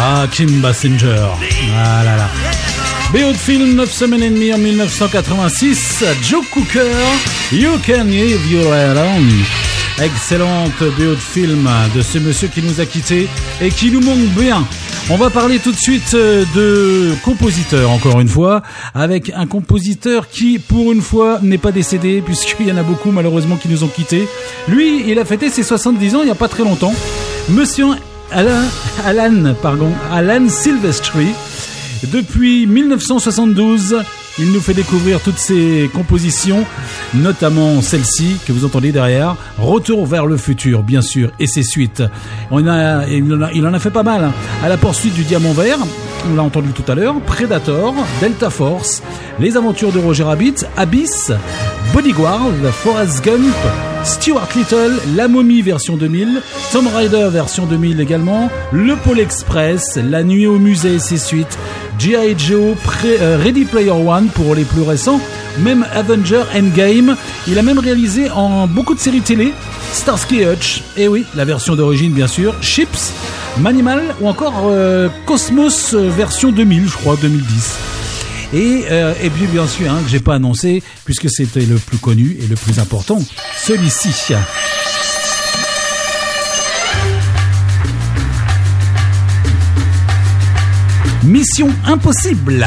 Ah, Kim Basinger. Ah là là. BO de film, 9 semaines et demie en 1986. Joe Cooker, You Can Leave Your Alone. Excellente BO de film de ce monsieur qui nous a quittés et qui nous manque bien. On va parler tout de suite de compositeur, encore une fois, avec un compositeur qui, pour une fois, n'est pas décédé, puisqu'il y en a beaucoup, malheureusement, qui nous ont quittés. Lui, il a fêté ses 70 ans il n'y a pas très longtemps. Monsieur Alan Silvestri. Depuis 1972, il nous fait découvrir toutes ses compositions, notamment celle-ci que vous entendez derrière, Retour vers le futur, bien sûr, et ses suites. Il en a fait pas mal, hein. À la poursuite du diamant vert, on l'a entendu tout à l'heure, Predator, Delta Force, Les aventures de Roger Rabbit, Abyss, Bodyguard, Forrest Gump, Stuart Little, La Momie version 2000, Tomb Raider version 2000 également, Le Pôle Express, La Nuit au musée et ses suites, G.I. Joe, Ready Player One pour les plus récents, même Avenger Endgame. Il a même réalisé en beaucoup de séries télé, Starsky Hutch, et oui, la version d'origine bien sûr, Chips, Manimal ou encore Cosmos version 2000, je crois, 2010. Et puis bien sûr, que j'ai pas annoncé, puisque c'était le plus connu et le plus important, celui-ci. Mission Impossible.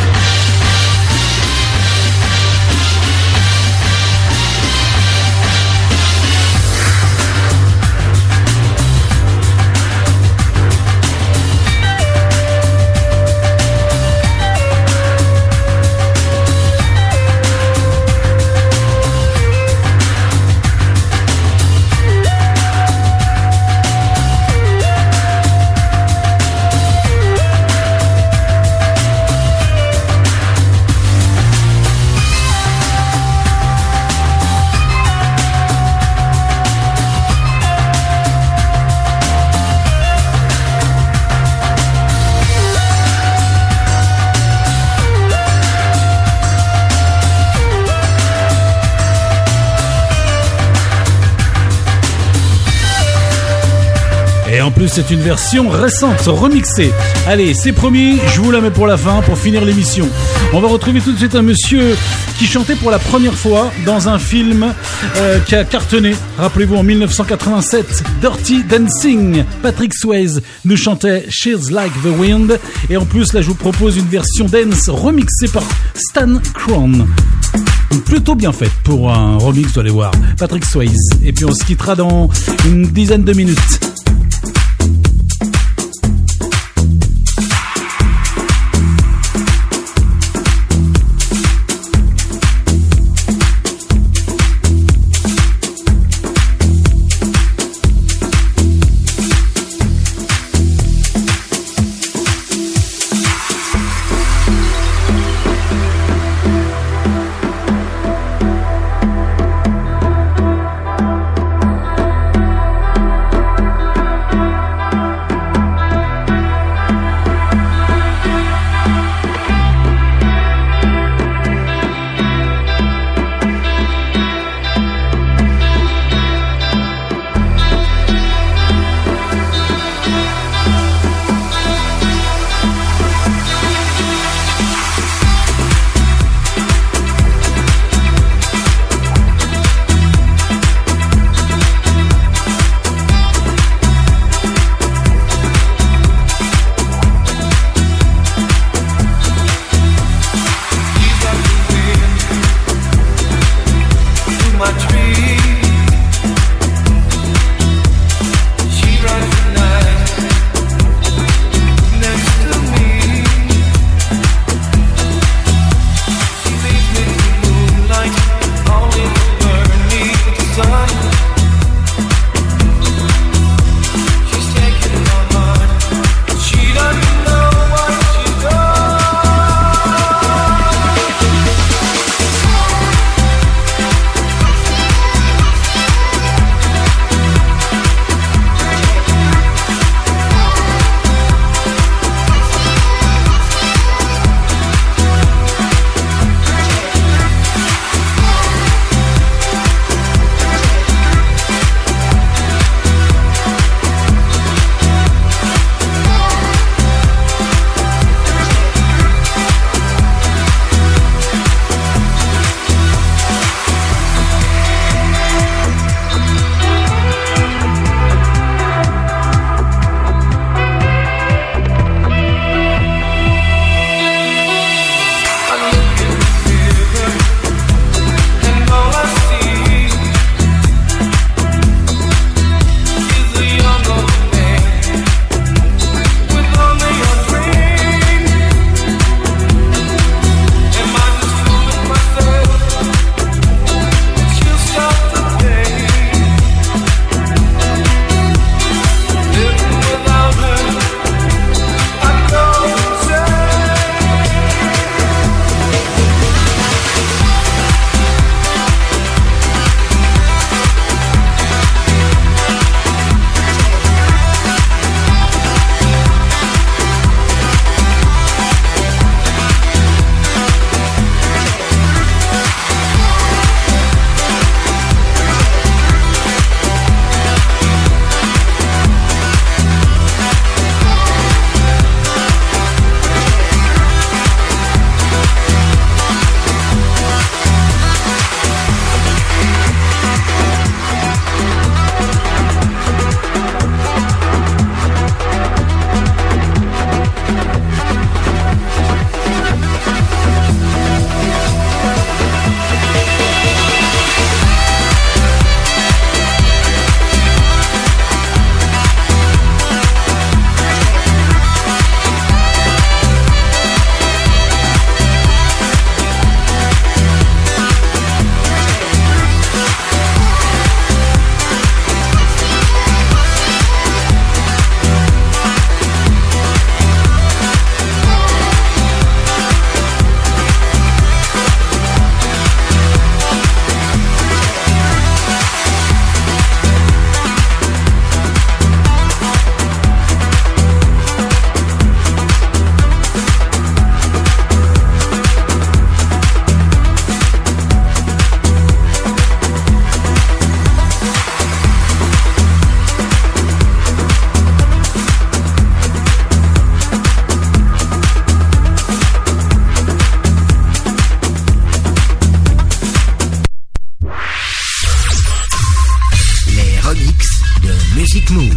En plus, c'est une version récente, remixée. Allez, c'est promis, je vous la mets pour la fin, pour finir l'émission. On va retrouver tout de suite un monsieur qui chantait pour la première fois dans un film qui a cartonné. Rappelez-vous, en 1987, Dirty Dancing. Patrick Swayze nous chantait She's Like the Wind. Et en plus, là, je vous propose une version dance remixée par Stan Krohn. Plutôt bien faite pour un remix, vous allez voir. Patrick Swayze. Et puis on se quittera dans une dizaine de minutes. Music Move.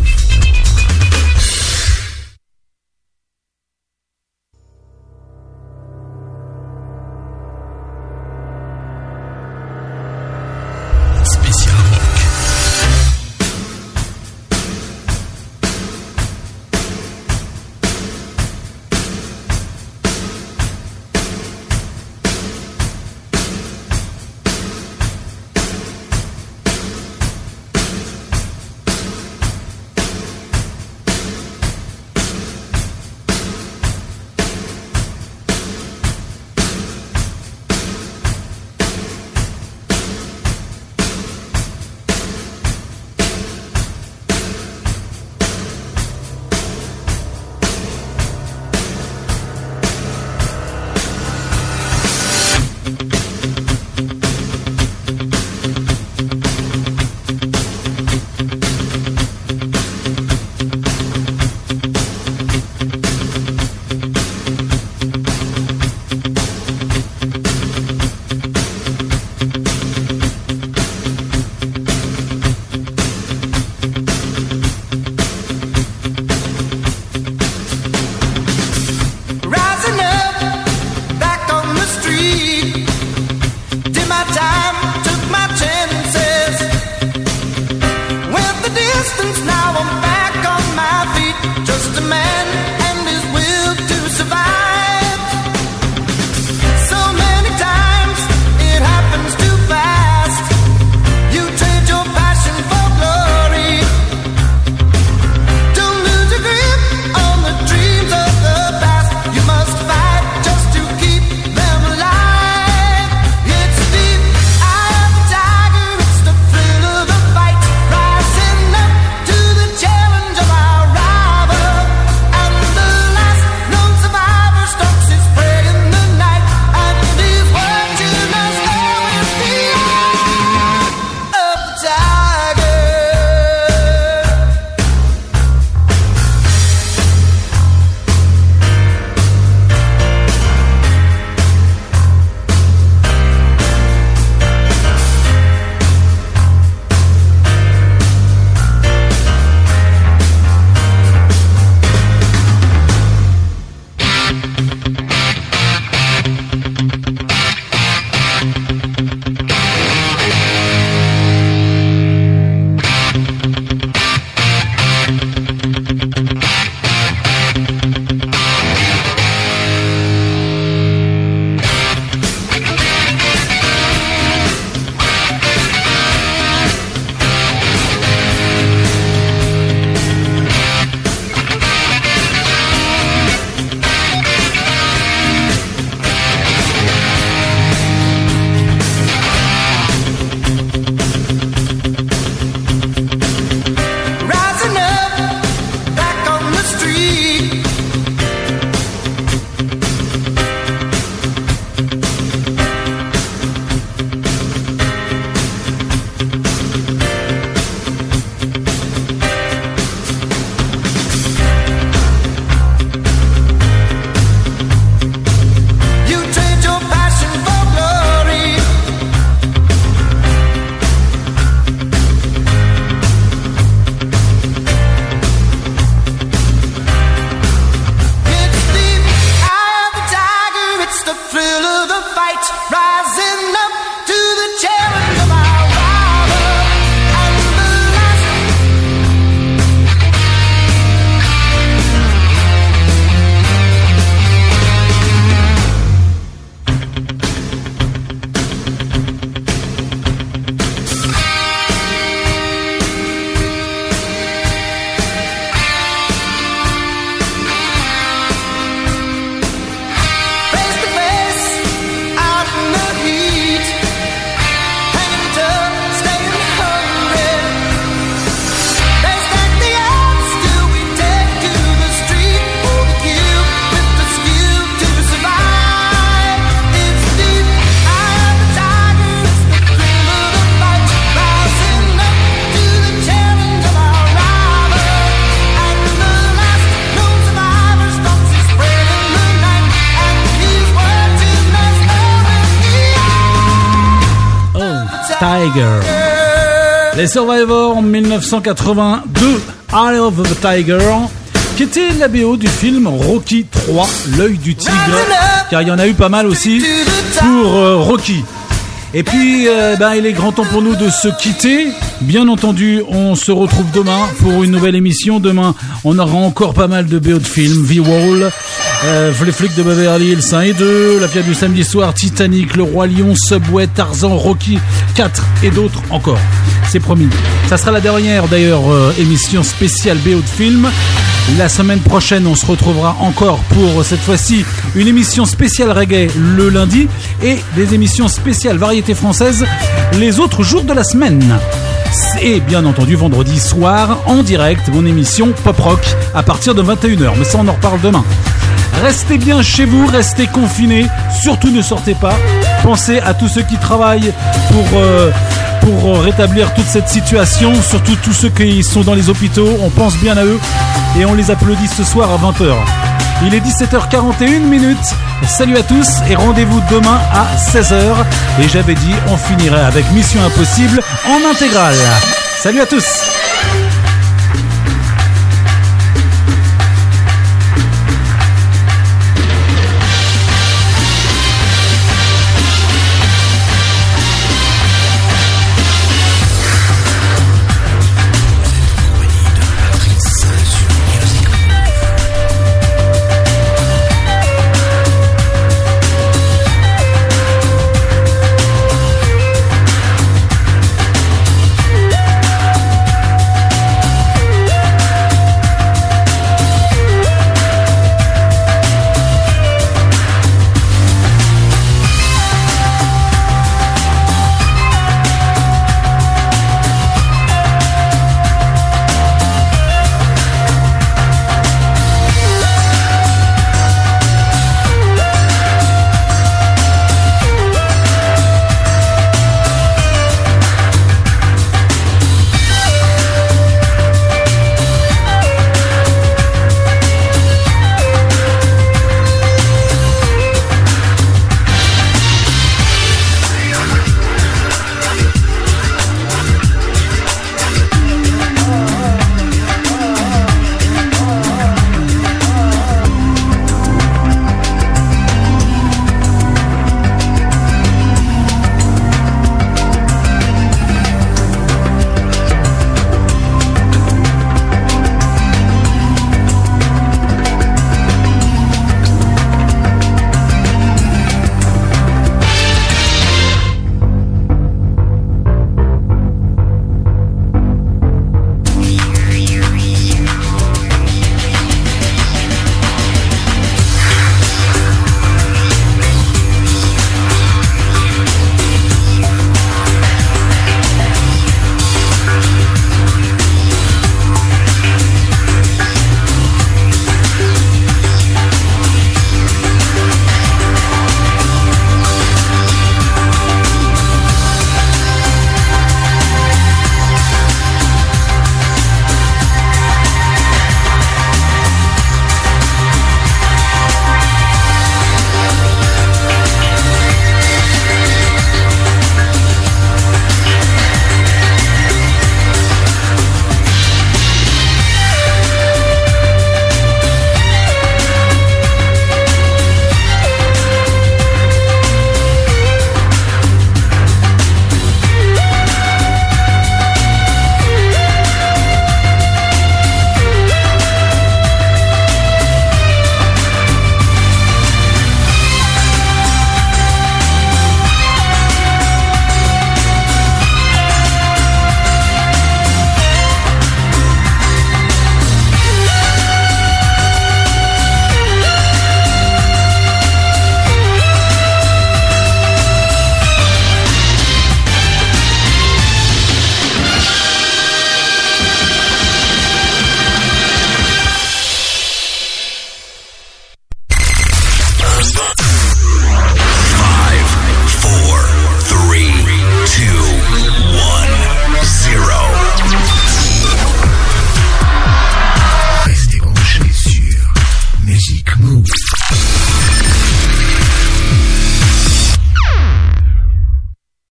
Tiger. Les Survivors en 1982, Eye of the Tiger, qui était la BO du film Rocky 3, l'œil du tigre, car il y en a eu pas mal aussi pour Rocky. Et puis, il est grand temps pour nous de se quitter. Bien entendu, on se retrouve demain pour une nouvelle émission. Demain, on aura encore pas mal de BO de films. V-Wall, Les flics de Beverly Hills 1 et 2, La Fiat du samedi soir, Titanic, Le Roi Lion, Subway, Tarzan, Rocky 4 et d'autres encore. C'est promis. Ça sera la dernière d'ailleurs émission spéciale BO de films. La semaine prochaine, on se retrouvera encore pour cette fois-ci une émission spéciale reggae le lundi et des émissions spéciales variétés françaises les autres jours de la semaine. Et bien entendu, vendredi soir, en direct, mon émission Pop Rock à partir de 21h. Mais ça, on en reparle demain. Restez bien chez vous, restez confinés, surtout ne sortez pas. Pensez à tous ceux qui travaillent pour rétablir toute cette situation, surtout tous ceux qui sont dans les hôpitaux. On pense bien à eux et on les applaudit ce soir à 20h. Il est 17h41. Salut à tous et rendez-vous demain à 16h. Et j'avais dit, on finirait avec Mission Impossible en intégrale. Salut à tous.